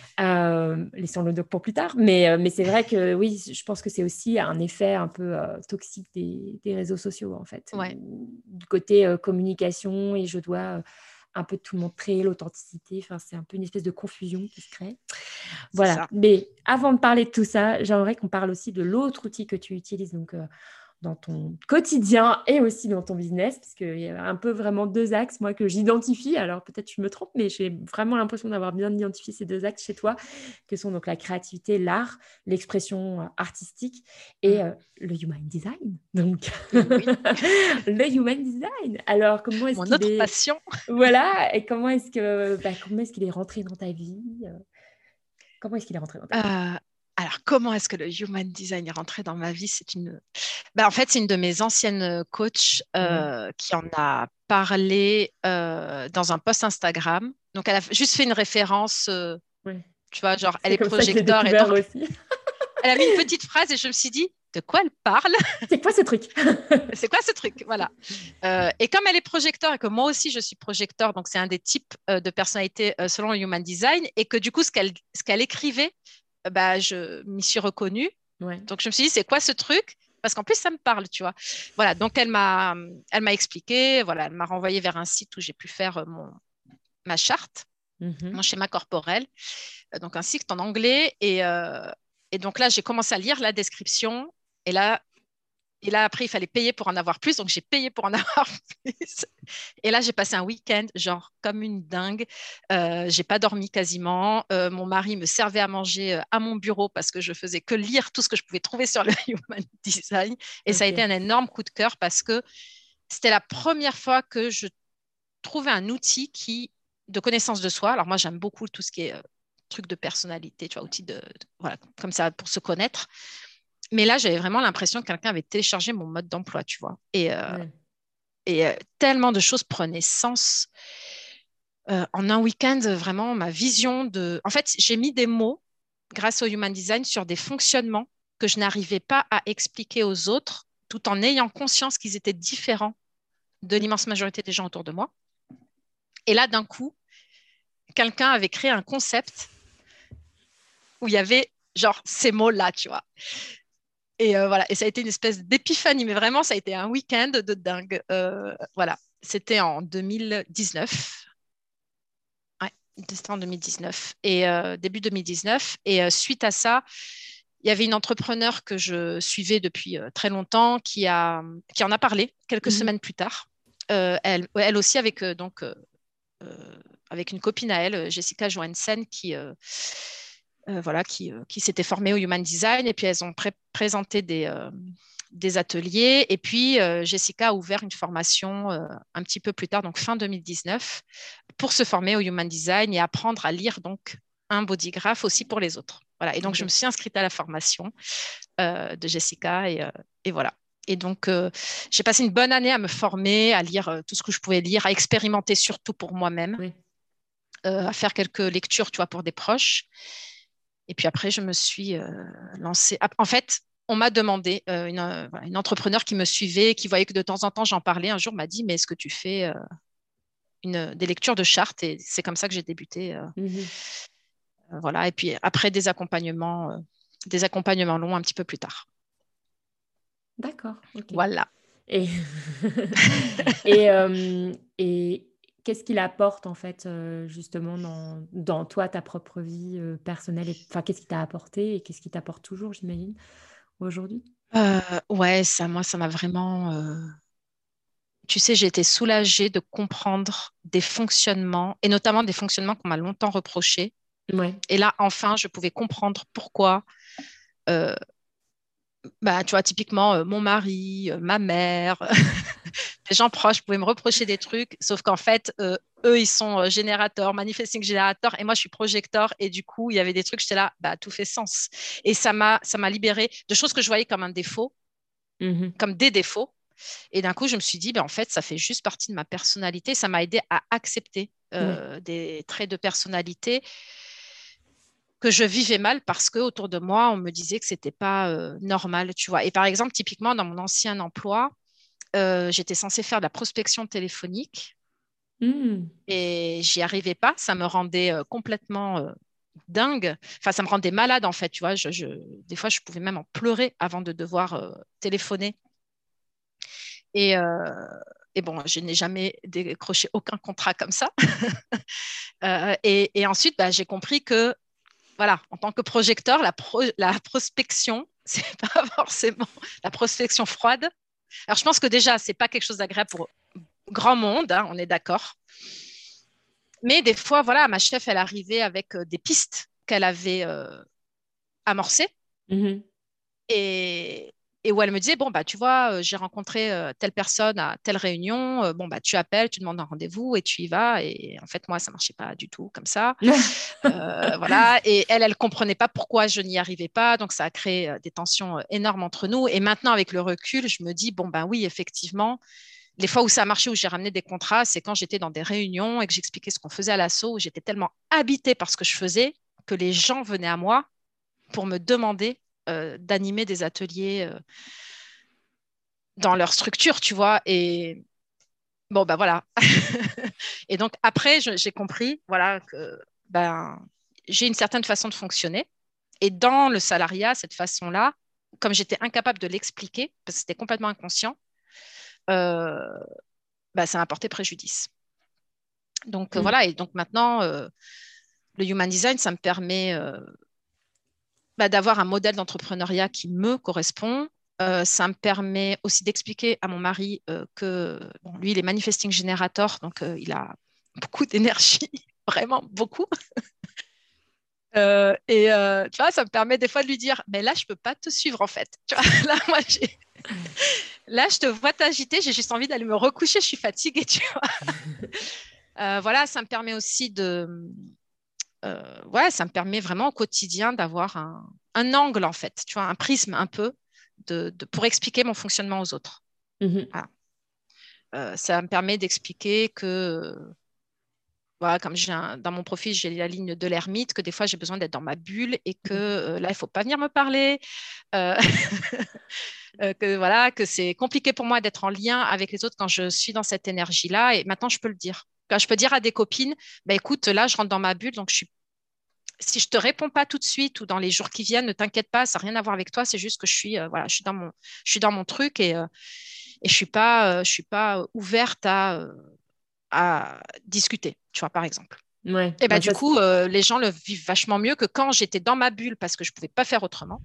euh, laissons le doc pour plus tard. Mais, euh, mais c'est vrai que oui, je pense que c'est aussi un effet un peu euh, toxique des, des réseaux sociaux, en fait, Ouais, où- du côté euh, communication et je dois euh, un peu tout montrer, l'authenticité. Enfin, c'est un peu une espèce de confusion qui se crée. c'est Voilà. ça. Mais avant de parler de tout ça, j'aimerais qu'on parle aussi de l'autre outil que tu utilises, donc euh, dans ton quotidien et aussi dans ton business, parce qu'il y a un peu vraiment deux axes, moi, que j'identifie. Alors, peut-être je me trompe, mais j'ai vraiment l'impression d'avoir bien identifié ces deux axes chez toi, que sont donc la créativité, l'art, l'expression euh, artistique et Mm. euh, le human design. Donc, Et oui, le human design. Alors, comment est-ce mon qu'il autre est... passion. Voilà, et comment est-ce que, bah, comment est-ce qu'il est rentré dans ta vie? euh, Comment est-ce qu'il est rentré dans ta vie? Euh, alors, comment est-ce que le human design est rentré dans ma vie? C'est une... Bah, en fait, c'est une de mes anciennes coachs Ouais, euh, qui en a parlé euh, dans un post Instagram. Donc, elle a juste fait une référence, euh, ouais. tu vois, genre, elle C'est est comme ça que je l'ai projecteur et découvert donc, aussi. elle a mis une petite phrase et je me suis dit, de quoi elle parle? C'est quoi ce truc? C'est quoi ce truc? Voilà. Euh, et comme elle est projecteur et que moi aussi je suis projecteur, donc c'est un des types euh, de personnalité euh, selon le Human Design, et que du coup, ce qu'elle ce qu'elle écrivait, euh, bah, je m'y suis reconnue. Ouais. Donc je me suis dit, c'est quoi ce truc? Parce qu'en plus, ça me parle, tu vois. Voilà, donc elle m'a elle m'a expliqué, voilà, elle m'a renvoyé vers un site où j'ai pu faire euh, mon, ma charte, Mhm. mon schéma corporel, Euh, donc un site en anglais. Et, euh, et donc là, j'ai commencé à lire la description. Et là, et là, après, il fallait payer pour en avoir plus. Donc, j'ai payé pour en avoir plus. Et là, j'ai passé un week-end, genre, comme une dingue. Euh, j'ai pas dormi quasiment. Euh, mon mari me servait à manger euh, à mon bureau parce que je faisais que lire tout ce que je pouvais trouver sur le Human Design. Et ça a été Ok. un énorme coup de cœur parce que c'était la première fois que je trouvais un outil qui, de connaissance de soi. Alors, moi, j'aime beaucoup tout ce qui est euh, truc de personnalité, tu vois, outil de, de- voilà, comme ça, pour se connaître. Mais là, j'avais vraiment l'impression que quelqu'un avait téléchargé mon mode d'emploi, tu vois. Et, euh, Ouais. et euh, tellement de choses prenaient sens. Euh, en un week-end, vraiment, ma vision de... En fait, j'ai mis des mots, grâce au Human Design, sur des fonctionnements que je n'arrivais pas à expliquer aux autres, tout en ayant conscience qu'ils étaient différents de l'immense majorité des gens autour de moi. Et là, d'un coup, quelqu'un avait créé un concept où il y avait genre ces mots-là, tu vois. Et euh, voilà, et ça a été une espèce d'épiphanie, mais vraiment, ça a été un week-end de dingue. Euh, voilà, c'était en deux mille dix-neuf. Ouais, c'était en deux mille dix-neuf et euh, début deux mille dix-neuf. Et euh, suite à ça, il y avait une entrepreneure que je suivais depuis euh, très longtemps qui a, qui en a parlé quelques Mhm. semaines plus tard. Euh, elle, elle aussi avec euh, donc euh, euh, avec une copine à elle, Jessica Johansen, qui euh, euh, voilà, qui, euh, qui s'était formée au Human Design. Et puis, elles ont pré- présenté des, euh, des ateliers. Et puis, euh, Jessica a ouvert une formation euh, un petit peu plus tard, donc fin deux mille dix-neuf, pour se former au Human Design et apprendre à lire donc un bodygraph aussi pour les autres. Voilà. Et donc, je me Ok. suis inscrite à la formation euh, de Jessica et, euh, et voilà. Et donc, euh, j'ai passé une bonne année à me former, à lire euh, tout ce que je pouvais lire, à expérimenter surtout pour moi-même, Oui. euh, à faire quelques lectures, tu vois, pour des proches. Et puis après, je me suis euh, lancée. En fait, on m'a demandé, euh, une, euh, voilà, une entrepreneur qui me suivait, qui voyait que de temps en temps j'en parlais, un jour m'a dit, mais est-ce que tu fais euh, une, des lectures de chartes? Et c'est comme ça que j'ai débuté. Euh, Mhm. euh, voilà. Et puis après, des accompagnements, euh, des accompagnements longs un petit peu plus tard. D'accord. Ok. Voilà. Et, et, euh, et qu'est-ce qu'il apporte en fait, euh, justement, dans, dans toi, ta propre vie euh, personnelle et, enfin, qu'est-ce qu'il t'a apporté et qu'est-ce qui t'apporte toujours, j'imagine, aujourd'hui? Euh, ouais, ça, moi, ça m'a vraiment. euh, Tu sais, j'ai été soulagée de comprendre des fonctionnements, et notamment des fonctionnements qu'on m'a longtemps reprochés. Ouais. Et là, enfin, je pouvais comprendre pourquoi. euh, Bah, tu vois, typiquement, euh, mon mari, euh, ma mère, des gens proches pouvaient me reprocher des trucs, sauf qu'en fait, euh, eux, ils sont euh, générateurs, manifesting générateurs, et moi, je suis projecteur, et du coup, il y avait des trucs, j'étais là, bah, tout fait sens. Et ça m'a, ça m'a libérée de choses que je voyais comme un défaut, Mhm. comme des défauts. Et d'un coup, je me suis dit, bah, en fait, ça fait juste partie de ma personnalité. Ça m'a aidé à accepter Ouais. euh, des traits de personnalité que je vivais mal parce que autour de moi, on me disait que c'était pas euh, normal, tu vois. Et par exemple, typiquement, dans mon ancien emploi, euh, j'étais censée faire de la prospection téléphonique Mhm. et j'y arrivais pas. Ça me rendait euh, complètement euh, dingue. Enfin, ça me rendait malade, en fait, tu vois. Je, je- des fois, je pouvais même en pleurer avant de devoir euh, téléphoner. Et, euh, et bon, je n'ai jamais décroché aucun contrat comme ça. Euh, et, et ensuite, bah, j'ai compris que, voilà, en tant que projecteur, la, pro- la prospection, c'est pas forcément la prospection froide. Alors, je pense que déjà, c'est pas quelque chose d'agréable pour grand monde, hein, on est d'accord. Mais des fois, voilà, ma chef, elle arrivait avec euh, des pistes qu'elle avait euh, amorcées Mhm. et, et où elle me disait, bon, bah, tu vois, euh, j'ai rencontré euh, telle personne à telle réunion, euh, bon, bah, tu appelles, tu demandes un rendez-vous et tu y vas. Et en fait, moi, ça marchait pas du tout comme ça. Euh, voilà. Et elle, elle comprenait pas pourquoi je n'y arrivais pas. Donc, ça a créé euh, des tensions euh, énormes entre nous. Et maintenant, avec le recul, je me dis, bon, ben oui, effectivement, les fois où ça a marché, où j'ai ramené des contrats, c'est quand j'étais dans des réunions et que j'expliquais ce qu'on faisait à l'assaut, où j'étais tellement habitée par ce que je faisais que les gens venaient à moi pour me demander euh, d'animer des ateliers euh, dans leur structure, tu vois. Et bon, ben voilà. Et donc, après, je- j'ai compris, voilà, que ben, j'ai une certaine façon de fonctionner. Et dans le salariat, cette façon-là, comme j'étais incapable de l'expliquer, parce que c'était complètement inconscient, euh, ben, ça m'a porté préjudice. Donc, euh, Mhm. voilà. Et donc, maintenant, euh, le human design, ça me permet euh, bah, d'avoir un modèle d'entrepreneuriat qui me correspond. Euh, ça me permet aussi d'expliquer à mon mari euh, que bon, lui, il est manifesting generator, donc euh, il a beaucoup d'énergie, vraiment beaucoup. Euh, et euh, tu vois, ça me permet des fois de lui dire, mais là, je peux pas te suivre en fait. Tu vois, là, moi, j'ai- là, je te vois t'agiter, j'ai juste envie d'aller me recoucher, je suis fatiguée. Tu vois. Euh, voilà, ça me permet aussi de, euh, ouais, ça me permet vraiment au quotidien d'avoir un, un angle en fait, tu vois, un prisme un peu de, de- pour expliquer mon fonctionnement aux autres. Mhm. Voilà. Euh, ça me permet d'expliquer que, voilà, comme j'ai un- dans mon profil, j'ai la ligne de l'ermite, que des fois j'ai besoin d'être dans ma bulle et que euh, là, il faut pas venir me parler. Euh, euh, que voilà, que c'est compliqué pour moi d'être en lien avec les autres quand je suis dans cette énergie-là. Et maintenant, je peux le dire. Quand je peux dire à des copines, bah, écoute, là, je rentre dans ma bulle, donc je suis si je te réponds pas tout de suite ou dans les jours qui viennent, ne t'inquiète pas, ça n'a rien à voir avec toi, c'est juste que je suis, euh, voilà, je suis dans mon, je suis dans mon truc et, euh, et je suis pas, euh, je suis pas ouverte à, euh, à discuter, tu vois, par exemple. Ouais, Et ben bah du ça, coup, euh, les gens le vivent vachement mieux que quand j'étais dans ma bulle parce que je pouvais pas faire autrement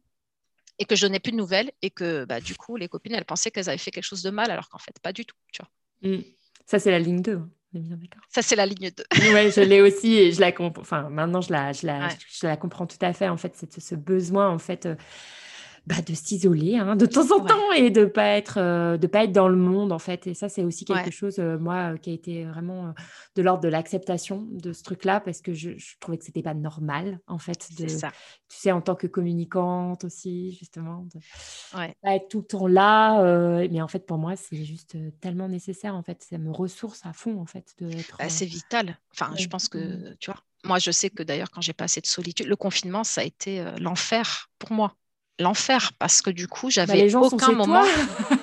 et que je n'ai plus de nouvelles et que bah, du coup, les copines, elles pensaient qu'elles avaient fait quelque chose de mal alors qu'en fait, pas du tout, tu vois. mm. Ça, c'est la ligne deux, hein. On est bien d'accord. Ça, c'est la ligne deux. Ouais, je l'ai aussi et je la comprends. Enfin, maintenant, je la, je la, Ouais, je la comprends tout à fait. En fait, c'est ce ce besoin, en fait, euh, bah, de s'isoler, hein, de temps en ouais, temps et de pas être, euh, de pas être dans le monde, en fait. Et ça, c'est aussi quelque ouais, chose, euh, moi, euh, qui a été vraiment euh, de l'ordre de l'acceptation de ce truc-là, parce que je, je trouvais que c'était pas normal, en fait, c'est de, ça. tu sais, en tant que communicante aussi, justement, de Ouais. pas être tout le temps là. Euh, mais en fait, pour moi, c'est juste euh, tellement nécessaire, en fait. Ça me ressource à fond, en fait, de être. Bah, euh, c'est vital. Enfin, je ouais. pense Mhm. que, tu vois, moi, je sais que d'ailleurs, quand j'ai pas assez de solitude, le confinement, ça a été euh, l'enfer pour moi. L'enfer, parce que du coup, Bah, les j'avais gens sont aucun chez toi. moment.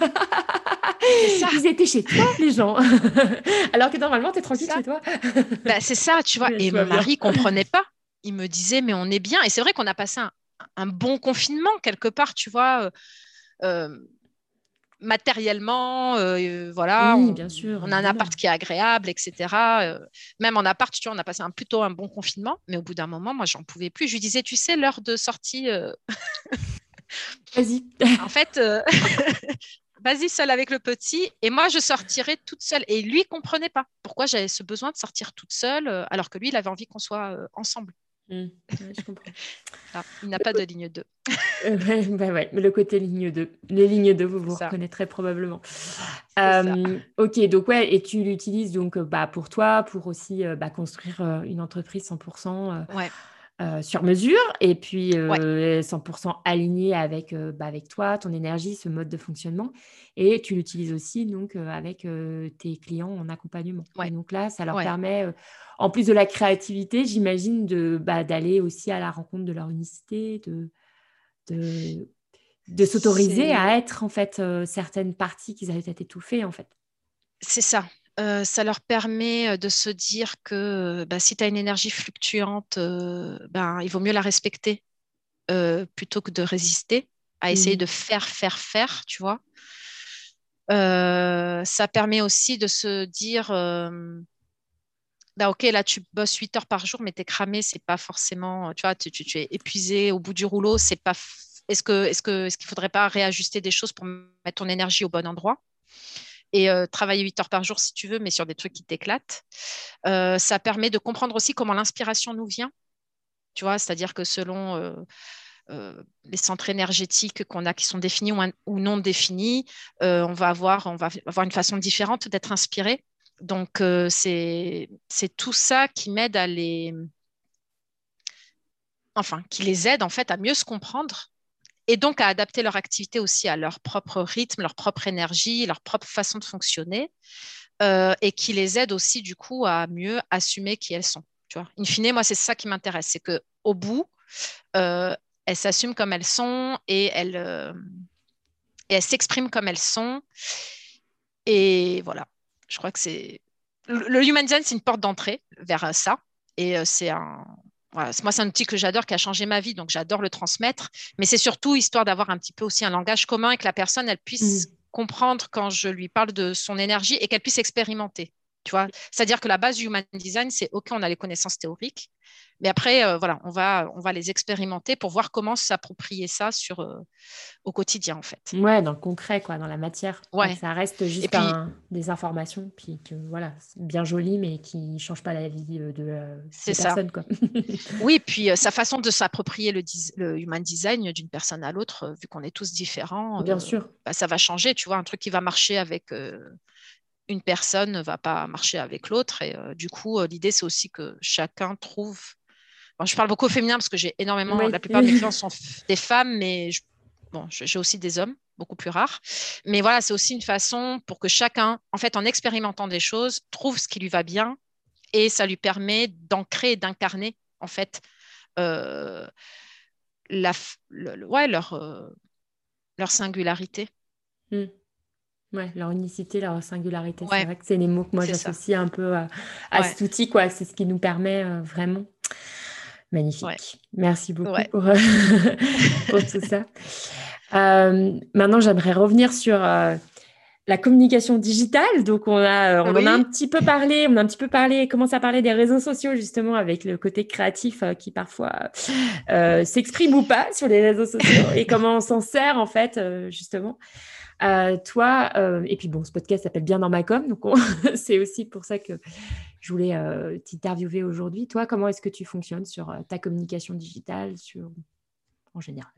C'est ça, Ils étaient chez toi, les gens. Alors que normalement, tu es c'est tranquille ça. chez toi. Bah, c'est ça, tu vois. Oui, je Et vois mon bien. mari comprenait pas. Il me disait, mais on est bien. Et c'est vrai qu'on a passé un, un bon confinement quelque part, tu vois. euh, euh, matériellement, euh, voilà, Oui, on, bien sûr, on a un évidemment. appart qui est agréable, et cetera. Euh, même en appart, tu vois, on a passé un, plutôt un bon confinement, mais au bout d'un moment, moi, j'en pouvais plus. Je lui disais, tu sais, l'heure de sortie, euh, Vas-y. en fait, euh, vas-y seule avec le petit, et moi, je sortirais toute seule. Et lui, il comprenait pas pourquoi j'avais ce besoin de sortir toute seule, euh, alors que lui, il avait envie qu'on soit euh, ensemble. Hmm, ouais, je comprends. Là, il n'a Le pas cô- de ligne deux. euh, ouais, bah ouais, mais le côté ligne deux. Les lignes deux, vous C'est vous ça, reconnaîtrez probablement. c'est ça. Euh, ok, donc ouais, et tu l'utilises donc euh, bah, pour toi, pour aussi euh, bah, construire euh, une entreprise cent pour cent euh, Ouais, euh, sur mesure et puis ouais, euh, cent pour cent aligné avec, euh, bah, avec toi, ton énergie, ce mode de fonctionnement. Et tu l'utilises aussi donc euh, avec euh, tes clients en accompagnement. Et ouais, donc là, ça leur ouais. permet, euh, en plus de la créativité, j'imagine, de, bah, d'aller aussi à la rencontre de leur unicité, de, de, de s'autoriser C'est à être en fait euh, certaines parties qu'ils avaient peut-être étouffées en fait. C'est ça. Euh, ça leur permet euh, de se dire que bah, si tu as une énergie fluctuante, euh, ben, il vaut mieux la respecter euh, plutôt que de résister, à essayer de Mhm. faire, faire, faire, tu vois. Euh, ça permet aussi de se dire, euh, bah, ok, là tu bosses huit heures par jour, mais tu es cramé, c'est pas forcément, tu vois, tu, tu- tu es épuisé au bout du rouleau, c'est pas. f- Est-ce que, est-ce que, est-ce qu'il faudrait pas réajuster des choses pour mettre ton énergie au bon endroit? Et euh, travailler huit heures par jour si tu veux, mais sur des trucs qui t'éclatent. Euh, ça permet de comprendre aussi comment l'inspiration nous vient, tu vois, c'est-à-dire que selon euh, euh, les centres énergétiques qu'on a qui sont définis ou, un- ou non définis, euh, on va avoir, on va avoir une façon différente d'être inspiré. Donc, euh, c'est, c'est tout ça qui m'aide à les, enfin, qui les aide en fait à mieux se comprendre et donc à adapter leur activité aussi à leur propre rythme, leur propre énergie, leur propre façon de fonctionner euh, et qui les aide aussi du coup à mieux assumer qui elles sont. Tu vois. In fine, moi, c'est ça qui m'intéresse, c'est que au bout, euh, elles s'assument comme elles sont et elles, euh, et elles s'expriment comme elles sont. Et voilà, je crois que c'est le, le human design, c'est une porte d'entrée vers euh, ça. Et euh, c'est un voilà, moi, c'est un outil que j'adore, qui a changé ma vie, donc j'adore le transmettre. Mais c'est surtout histoire d'avoir un petit peu aussi un langage commun et que la personne, elle puisse Mhm. comprendre quand je lui parle de son énergie et qu'elle puisse expérimenter. Tu vois, c'est-à-dire que la base du human design, c'est OK, on a les connaissances théoriques, mais après, euh, voilà, on va, on va les expérimenter pour voir comment s'approprier ça sur, euh, au quotidien, en fait. Ouais, dans le concret, quoi, dans la matière. Pas que Ouais. ça reste Et juste puis, un, des informations, puis que voilà, c'est bien joli, mais qui ne change pas la vie euh, de, euh, c'est des ça. personnes, quoi. Oui, puis euh, sa façon de s'approprier le, dis- le human design d'une personne à l'autre, euh, vu qu'on est tous différents, Bien euh, sûr. bah, ça va changer. Tu vois, un truc qui va marcher avec euh, une personne ne va pas marcher avec l'autre. Et euh, du coup, euh, l'idée, c'est aussi que chacun trouve. Bon, je parle beaucoup au féminin parce que j'ai énormément. La Oui. plupart de mes clients sont f- des femmes, mais je- bon, je- j'ai aussi des hommes, beaucoup plus rares. Mais voilà, c'est aussi une façon pour que chacun, en fait, en expérimentant des choses, trouve ce qui lui va bien et ça lui permet d'ancrer et d'incarner, en fait, euh, la, le- le- ouais, leur, euh, leur singularité. Mm. Ouais, leur unicité, leur singularité. C'est Ouais, vrai que c'est les mots que moi c'est ça. j'associe un peu à, à Ouais, cet outil, quoi. C'est ce qui nous permet euh, vraiment. ouais, Magnifique. Merci beaucoup ouais. pour, pour tout ça. Euh, maintenant, j'aimerais revenir sur euh, la communication digitale. Donc, on a, euh, on en a un Oui, petit peu parlé. On a un petit peu parlé, commence à parler des réseaux sociaux, justement, avec le côté créatif euh, qui parfois euh, s'exprime ou pas sur les réseaux sociaux et comment on s'en sert, en fait, euh, justement. Euh, toi, euh, et puis bon, ce podcast s'appelle Bien dans ma com, donc on- c'est aussi pour ça que je voulais euh, t'interviewer aujourd'hui. Toi, comment est-ce que tu fonctionnes sur euh, ta communication digitale, sur en général?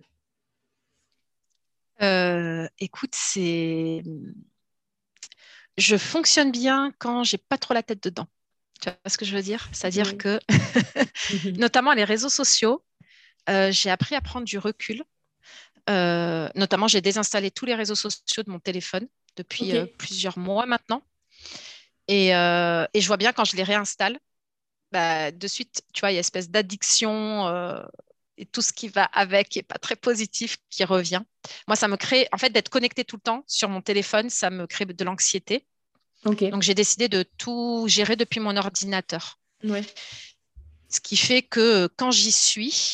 Euh, écoute, c'est, je fonctionne bien quand j'ai pas trop la tête dedans. Tu vois ce que je veux dire? C'est-à-dire Oui. que, notamment les réseaux sociaux, euh, j'ai appris à prendre du recul. Euh, notamment, j'ai désinstallé tous les réseaux sociaux de mon téléphone Ok. depuis euh, plusieurs mois maintenant. Et, euh, et je vois bien quand je les réinstalle, bah, de suite, tu vois, il y a une espèce d'addiction euh, et tout ce qui va avec, qui n'est pas très positif, qui revient. Moi, ça me crée, en fait, d'être connecté tout le temps sur mon téléphone, ça me crée de l'anxiété. Ok. Donc, j'ai décidé de tout gérer depuis mon ordinateur. Ouais. Ce qui fait que quand j'y suis,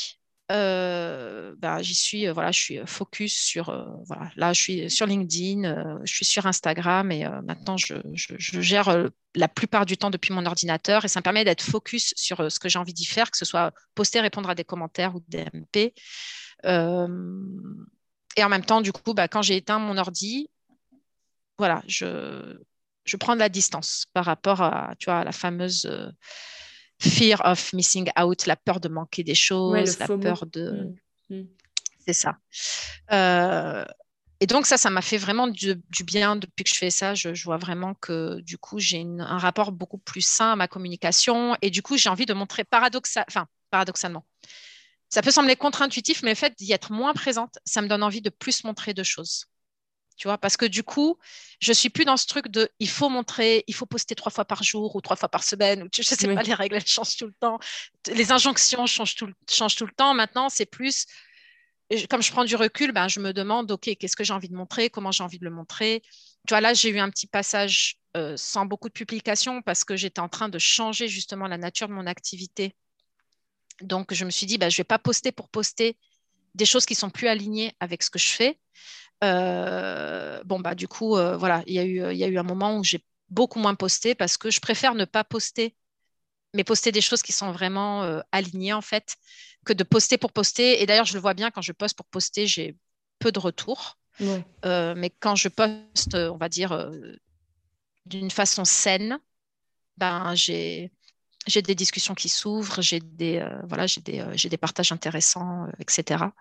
euh, ben, j'y suis, euh, voilà, je suis focus sur, euh, voilà, là, je suis sur LinkedIn, euh, je suis sur Instagram et euh, maintenant, je, je- je gère euh, la plupart du temps depuis mon ordinateur et ça me permet d'être focus sur euh, ce que j'ai envie d'y faire, que ce soit poster, répondre à des commentaires ou des M P. Euh, et en même temps, du coup, bah, quand j'ai éteint mon ordi, voilà, je, je prends de la distance par rapport à, tu vois, à la fameuse euh, fear of missing out, la peur de manquer des Ouais, le choses, la FOMO. peur de... Mm. Mm. C'est ça. Euh, et donc ça, ça m'a fait vraiment du, du bien depuis que je fais ça. Je, je vois vraiment que du coup, j'ai une- un rapport beaucoup plus sain à ma communication. Et du coup, j'ai envie de montrer paradoxal, enfin, paradoxalement. Ça peut sembler contre-intuitif, mais le fait d'y être moins présente, ça me donne envie de plus montrer de choses. Tu vois, parce que du coup, je suis plus dans ce truc de il faut montrer, il faut poster trois fois par jour ou trois fois par semaine, ou tu- je sais pas, Oui. les règles, elles changent tout le temps. Les injonctions changent tout, le- changent tout le temps. Maintenant, c'est plus et comme je prends du recul, ben, je me demande, OK, qu'est-ce que j'ai envie de montrer, comment j'ai envie de le montrer. Tu vois, là, j'ai eu un petit passage euh, sans beaucoup de publications parce que j'étais en train de changer justement la nature de mon activité. Donc, je me suis dit, ben, je ne vais pas poster pour poster des choses qui sont plus alignées avec ce que je fais. Euh, bon, bah, du coup, euh, voilà, il y a eu, il y a eu un moment où j'ai beaucoup moins posté parce que je préfère ne pas poster mais poster des choses qui sont vraiment euh, alignées en fait, que de poster pour poster. Et d'ailleurs, je le vois bien quand je poste pour poster, j'ai peu de retours. Ouais. Euh, mais quand je poste, euh, on va dire, euh, d'une façon saine, ben, j'ai, j'ai des discussions qui s'ouvrent, j'ai des, euh, voilà, j'ai des, euh, j'ai des partages intéressants, euh, et cetera.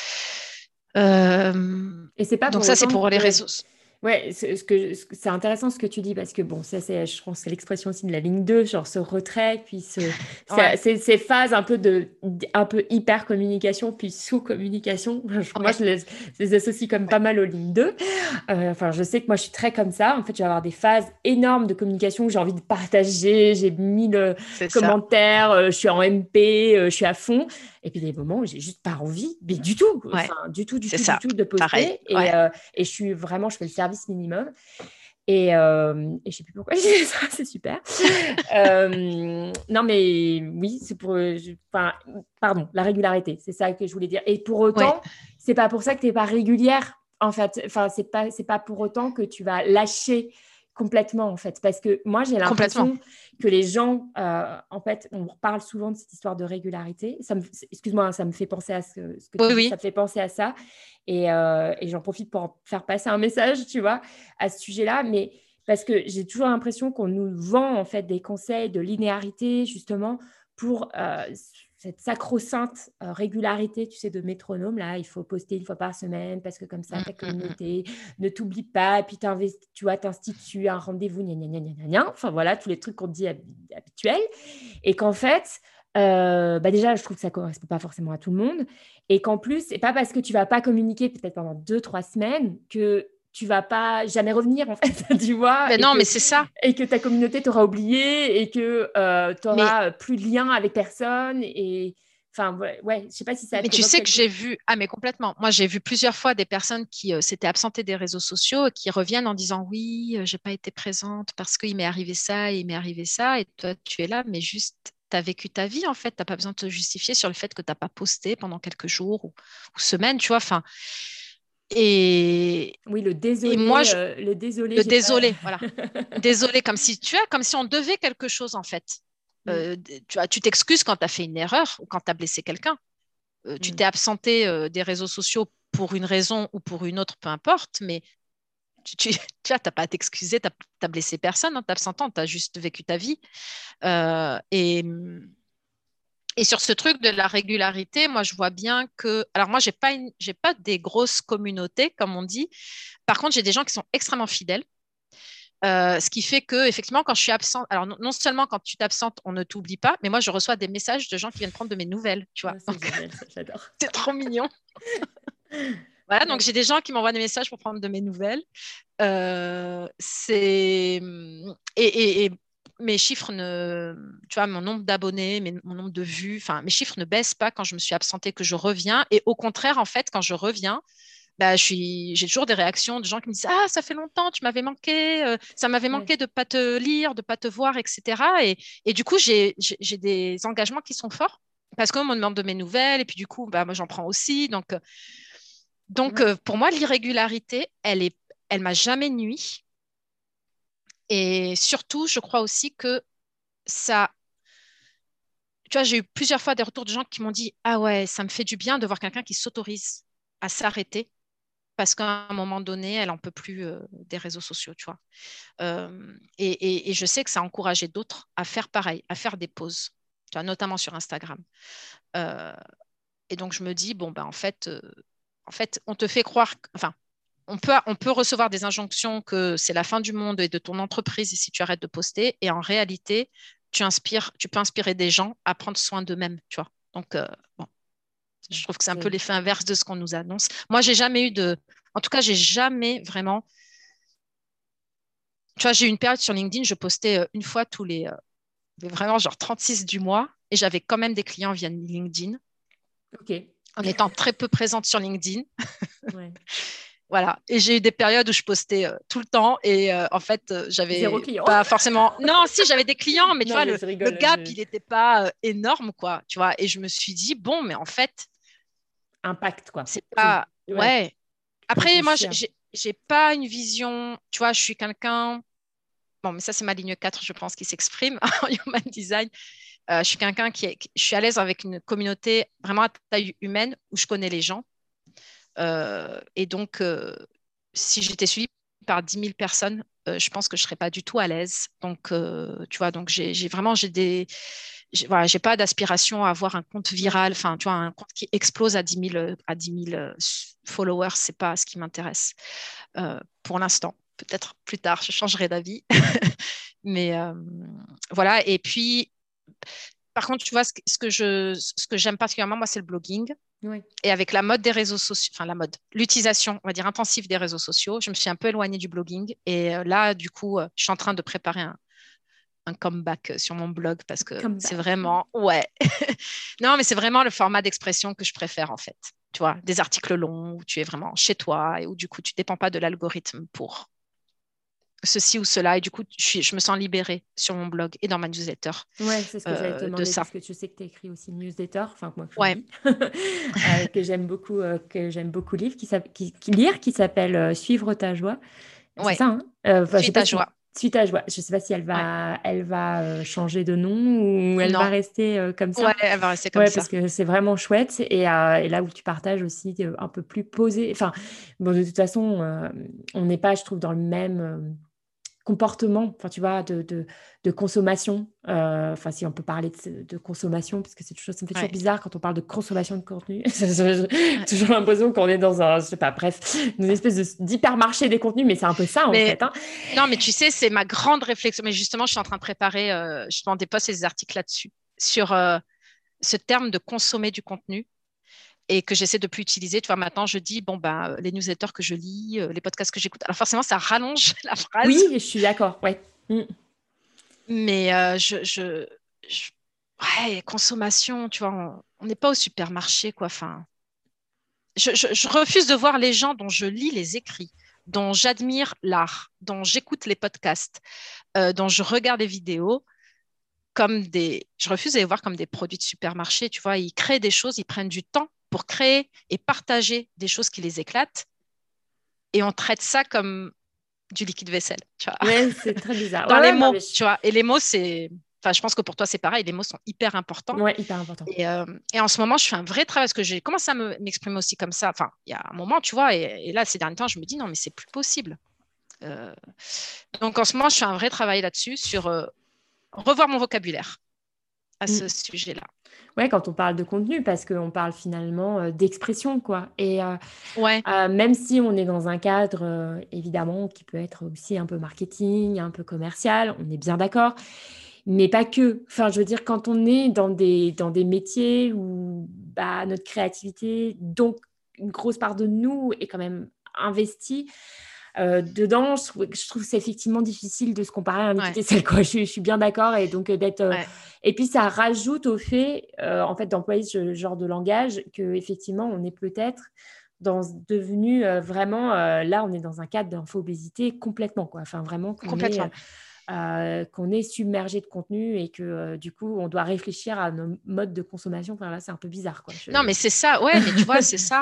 Euh, Et c'est pas donc pour ça, c'est autant pour les que réseaux. ouais, c'est ce que ce que- c'est intéressant ce que tu dis parce que bon, ça c'est, je pense, que c'est l'expression aussi de la ligne deux, genre ce retrait, puis ce, ça- Ouais, ces, ces phases un peu de, un peu hyper communication, puis sous-communication. Je- Moi, ouais, je les, je les associe comme pas ouais, mal aux lignes deux. Euh, enfin, je sais que moi, je suis très comme ça. En fait, je vais avoir des phases énormes de communication où j'ai envie de partager, j'ai mille euh, c'est ça. commentaires, euh, je suis en M P, euh, je suis à fond. Et puis des moments où j'ai juste pas envie, mais du tout, Ouais, enfin, du tout, du c'est tout, du ça. tout de Pareil. poster. Et, Ouais. euh, et je suis vraiment, je fais le service minimum. Et, euh, et je sais plus pourquoi je dis ça, c'est super. Euh, non, mais oui, c'est pour. je- Enfin, pardon, la régularité, c'est ça que je voulais dire. Et pour Ouais, autant, c'est pas pour ça que tu n'es pas régulière, en fait. Enfin, c'est pas, c'est pas pour autant que tu vas lâcher complètement, en fait. Parce que moi, j'ai complètement. l'impression que les gens, euh, en fait, on parle souvent de cette histoire de régularité. Ça me, excuse-moi, ça me fait penser à ce, ce que tu Oui, dis, ça oui. me fait penser à ça. Et, euh, et j'en profite pour en faire passer un message, tu vois, à ce sujet-là. Mais parce que j'ai toujours l'impression qu'on nous vend, en fait, des conseils de linéarité, justement, pour euh, cette sacro-sainte euh, régularité, tu sais, de métronome. Là, il faut poster une fois par semaine parce que comme ça, Mm, ta mm, mm. communauté ne t'oublie pas. Et puis, tu vois, t'institues un rendez-vous, gna, gna, gna, gna, gna, gna. Enfin, voilà, tous les trucs qu'on te dit hab- habituels. Et qu'en fait, euh, bah déjà, je trouve que ça ne correspond pas forcément à tout le monde. Et qu'en plus, c'est pas parce que tu vas pas communiquer peut-être pendant deux, trois semaines que tu vas pas jamais revenir, en fait, tu vois, Ben et non, que, mais c'est ça. et que ta communauté t'aura oublié et que euh, tu Mais, n'auras plus de lien avec personne. Et enfin, ouais, ouais, je sais pas si ça mais tu t'évoque sais que quelque j'ai chose. vu, ah mais complètement. Moi, j'ai vu plusieurs fois des personnes qui euh, s'étaient absentées des réseaux sociaux et qui reviennent en disant oui, euh, j'ai pas été présente parce qu'il m'est arrivé ça, il m'est arrivé ça. Et toi, tu es là, mais juste, tu as vécu ta vie en fait. Tu n'as pas besoin de te justifier sur le fait que tu n'as pas posté pendant quelques jours ou, ou semaines, tu vois. Enfin, et, Oui, le et moi, désolé, je, euh, le désolé, le j'ai pas. désolé, voilà. Désolé, comme si tu as, comme si on devait quelque chose en fait. Mm, Euh, tu vois, tu t'excuses quand tu as fait une erreur ou quand tu as blessé quelqu'un. Euh, tu mm. t'es absenté euh, des réseaux sociaux pour une raison ou pour une autre, peu importe, mais tu, tu, tu n'as pas à t'excuser, tu n'as blessé personne en t'absentant, tu as juste vécu ta vie. Euh, et, et sur ce truc de la régularité, moi, je vois bien que. Alors, moi, je n'ai pas, une, j'ai pas des grosses communautés, comme on dit. Par contre, j'ai des gens qui sont extrêmement fidèles. Euh, ce qui fait que, effectivement, quand je suis absente, alors non, non seulement quand tu t'absentes, on ne t'oublie pas, mais moi, je reçois des messages de gens qui viennent prendre de mes nouvelles, tu vois. Ah, c'est Donc, génial, ça, j'adore. c'est trop mignon. Voilà, donc Ouais. j'ai des gens qui m'envoient des messages pour prendre de mes nouvelles. Euh, c'est et, et- et mes chiffres ne, tu vois, mon nombre d'abonnés, mes- mon nombre de vues, enfin mes chiffres ne baissent pas quand je me suis absentée, que je reviens. Et au contraire, en fait, quand je reviens, bah, je suis, j'ai toujours des réactions de gens qui me disent ah ça fait longtemps, tu m'avais manqué, euh, ça m'avait Ouais. manqué de pas te lire, de pas te voir, et cetera. Et, et du coup j'ai j'ai j'ai des engagements qui sont forts parce qu'on me demande de mes nouvelles et puis du coup, bah, moi, j'en prends aussi. Donc, euh, donc Ouais. euh, pour moi, l'irrégularité, elle est, elle m'a jamais nui. Et surtout, je crois aussi que ça, tu vois, j'ai eu plusieurs fois des retours de gens qui m'ont dit, ah ouais, ça me fait du bien de voir quelqu'un qui s'autorise à s'arrêter parce qu'à un moment donné, elle en peut plus euh, des réseaux sociaux, tu vois. Euh, et, et- et je sais que ça a encouragé d'autres à faire pareil, à faire des pauses, tu vois, notamment sur Instagram. Euh, et donc, je me dis, bon, ben, en fait, euh, en fait, on te fait croire, que- enfin, on peut, on peut recevoir des injonctions que c'est la fin du monde et de ton entreprise si tu arrêtes de poster. Et en réalité, tu inspires, tu peux inspirer des gens à prendre soin d'eux-mêmes, tu vois. Donc, euh, bon, je trouve que c'est un peu C'est- l'effet inverse de ce qu'on nous annonce. Moi, j'ai jamais eu de, en tout cas, j'ai jamais vraiment, tu vois, j'ai eu une période sur LinkedIn, je postais euh, une fois tous les, euh, vraiment genre trente-six du mois et j'avais quand même des clients via LinkedIn Ok. en étant très peu présente sur LinkedIn. Ouais. Voilà. Et j'ai eu des périodes où je postais euh, tout le temps et euh, en fait, euh, Zéro j'avais client. pas forcément. Non, si, j'avais des clients, mais tu Non, vois, mais le, je le rigole. gap, Je... il n'était pas euh, énorme, quoi. Tu vois. Et je me suis dit, bon, mais en fait, Impact, quoi. c'est Tu... pas. Ouais, Ouais. Après, moi, réfléchir. j'ai j'ai pas une vision. Tu vois, je suis quelqu'un. Bon, mais ça, c'est ma ligne quatre, je pense, qui s'exprime en human design. Euh, je suis quelqu'un qui est. qui- Je suis à l'aise avec une communauté vraiment à taille humaine où je connais les gens. Euh, et donc, euh, si j'étais suivie par dix mille personnes, euh, je pense que je serais pas du tout à l'aise. Donc, euh, tu vois, donc j'ai j'ai vraiment, j'ai des, j'ai, voilà, j'ai pas d'aspiration à avoir un compte Ouais. viral, enfin, tu vois, un compte qui explose à dix mille, euh, à dix mille euh, followers, c'est pas ce qui m'intéresse euh, pour l'instant. Peut-être plus tard, je changerai d'avis. Mais euh, voilà. Et puis, par contre, tu vois, ce que, ce que je, ce que j'aime particulièrement, moi, c'est le blogging. Ouais. Et avec la mode des réseaux sociaux, enfin la mode, l'utilisation, on va dire, intensive des réseaux sociaux, je me suis un peu éloignée du blogging. Et euh, là, du coup, euh, je suis en train de préparer un, un comeback euh, sur mon blog parce que Come c'est back. vraiment, ouais. Non, mais c'est vraiment le format d'expression que je préfère, en fait. Tu vois, des articles longs où tu es vraiment chez toi et où, du coup, tu ne dépends pas de l'algorithme pour ceci ou cela. Et du coup, je, suis- je me sens libérée sur mon blog et dans ma newsletter Ouais, c'est ce que j'allais te euh, de demander ça. parce que tu sais que tu écris aussi une newsletter, enfin que moi que j'en Ouais, lis, euh, que j'aime beaucoup, euh, que j'aime beaucoup lire, qui, s'app- qui, qui- lire, qui s'appelle euh, Suivre ta joie. C'est ouais. ça, hein. Euh, Enfin, je sais Suis pas ta si joie. Suite à joie. Je sais pas si elle Ouais. va, elle va euh, changer de nom ou elle va Non. rester euh, comme Ouais, ça. elle va rester comme Ouais, ça. parce que c'est vraiment chouette et, euh, et là où tu partages aussi euh, un peu plus posé. Enfin, bon, de toute façon, euh, on n'est pas, je trouve, dans le même euh, comportement, enfin, tu vois, de, de, de consommation. Euh, Enfin, si on peut parler de, de consommation, parce que c'est toujours, ça me fait toujours Ouais. bizarre quand on parle de consommation de contenu. J'ai Ouais. toujours l'impression qu'on est dans un, je sais pas, bref, une espèce de- d'hypermarché des contenus, mais c'est un peu ça, en Mais fait, hein. non, mais tu sais, c'est ma grande réflexion. Mais justement, je suis en train de préparer euh, justement des posts et des articles là-dessus, sur euh, ce terme de consommer du contenu et que j'essaie de plus utiliser. Tu vois, maintenant, je dis, bon, ben, les newsletters que je lis, euh, les podcasts que j'écoute. Alors forcément, ça rallonge la phrase, Oui, je suis d'accord, ouais. Mm. mais euh, je, je, je- ouais, consommation, tu vois, on on n'est pas au supermarché, quoi. Enfin, je, je- je refuse de voir les gens dont je lis les écrits, dont j'admire l'art, dont j'écoute les podcasts, euh, dont je regarde les vidéos comme des. Je refuse de les voir comme des produits de supermarché. Tu vois, ils créent des choses, ils prennent du temps pour créer et partager des choses qui les éclatent, et on traite ça comme du liquide vaisselle. Tu vois, Ouais, c'est très bizarre. dans Ouais, les ouais, non, mots. mais je- Tu vois, et les mots, c'est. Enfin, je pense que pour toi, c'est pareil. Les mots sont hyper importants. ouais, hyper important. Et, euh, et en ce moment, je fais un vrai travail parce que j'ai commencé à me- m'exprimer aussi comme ça. Enfin, il y a un moment, tu vois, et, et là, ces derniers temps, je me dis non, mais c'est plus possible. Euh, donc, en ce moment, je fais un vrai travail là-dessus sur euh, revoir mon vocabulaire à ce Mm. sujet-là. Ouais, quand on parle de contenu, parce qu'on parle finalement euh, d'expression, quoi. Et euh, Ouais, euh, même si on est dans un cadre, euh, évidemment, qui peut être aussi un peu marketing, un peu commercial, on est bien d'accord, mais pas que. Enfin, je veux dire, quand on est dans des, dans des métiers où bah, notre créativité, donc une grosse part de nous, est quand même investie, euh, dedans, je trouve, je trouve que c'est effectivement difficile de se comparer à un liquide ouais, vaisselle, quoi. Je, je suis bien d'accord. Et donc, euh, d'être. euh, ouais, Et puis, ça rajoute au fait, euh, en fait, d'employer ce genre de langage que effectivement, on est peut-être dans devenu euh, vraiment. Euh, là, on est dans un cadre d'infobésité complètement, quoi. Enfin, vraiment qu'on est. euh, complètement. euh, qu'on est submergé de contenu et que euh, du coup, on doit réfléchir à nos modes de consommation. Enfin, là, c'est un peu bizarre, quoi. Je... Non, mais c'est ça. Ouais, mais tu vois, c'est ça.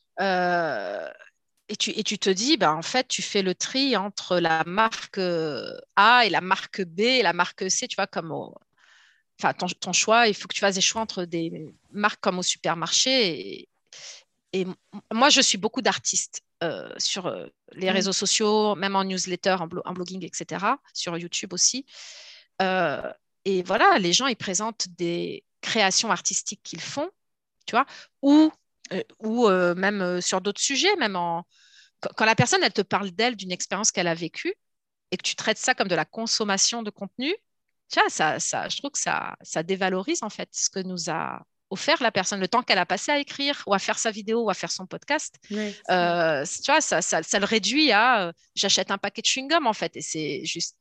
Euh, et, tu, et tu te dis, bah, en fait, tu fais le tri entre la marque euh, A et la marque B et la marque C, tu vois, comme au, enfin, ton, ton choix, il faut que tu fasses des choix entre des marques comme au supermarché. Et, et moi, je suis beaucoup d'artistes euh, sur euh, les Mm. réseaux sociaux, même en newsletter, en, blo- en blogging, et cetera, sur YouTube aussi. Euh, et voilà, les gens, ils présentent des créations artistiques qu'ils font, tu vois, ou, euh, ou euh, même euh, sur d'autres sujets, même en... Quand, quand la personne, elle te parle d'elle, d'une expérience qu'elle a vécue, et que tu traites ça comme de la consommation de contenu, tu vois, ça, ça, je trouve que ça, ça dévalorise en fait ce que nous a offert la personne, le temps qu'elle a passé à écrire ou à faire sa vidéo ou à faire son podcast. Ouais, c'est ça. Euh, tu vois, ça, ça, ça le réduit à euh, j'achète un paquet de chewing-gum en fait, et c'est juste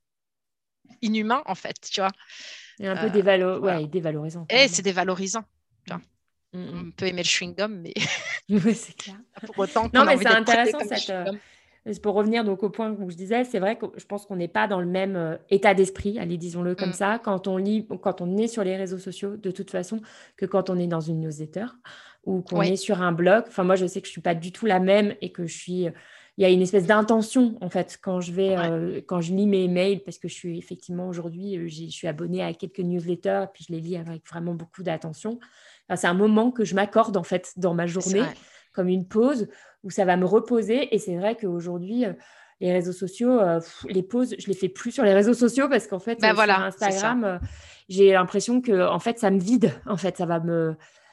inhumain en fait, tu vois. Et un peu Euh, dévalo... voilà. ouais, dévalorisant, Et clairement. c'est dévalorisant. Tu Mm. vois. Mm, On peut aimer le chewing-gum, mais mm. Ouais, c'est clair. pour autant Non, qu'on a mais envie c'est d'être traité intéressant comme du cette, euh, chewing-gum. c'est pour revenir donc au point où je disais, c'est vrai que je pense qu'on n'est pas dans le même euh, état d'esprit, allez, disons-le comme Mm. ça, quand on lit, quand on est sur les réseaux sociaux, de toute façon, que quand on est dans une newsletter ou qu'on Oui, est sur un blog. Enfin, moi, je sais que je suis pas du tout la même et que je suis. Il y a une espèce d'intention en fait quand je vais, ouais, euh, quand je lis mes mails parce que je suis effectivement aujourd'hui, euh, j'ai- je suis abonnée à quelques newsletters et puis je les lis avec vraiment beaucoup d'attention. Enfin, c'est un moment que je m'accorde en fait dans ma c'est journée vrai. comme une pause où ça va me reposer. Et c'est vrai qu'aujourd'hui, euh, les réseaux sociaux, euh, pff, les pauses, je les fais plus sur les réseaux sociaux parce qu'en fait, Ben euh, sur voilà, c'est ça. Instagram, euh, j'ai l'impression que en fait, ça me vide. En fait, ça va me.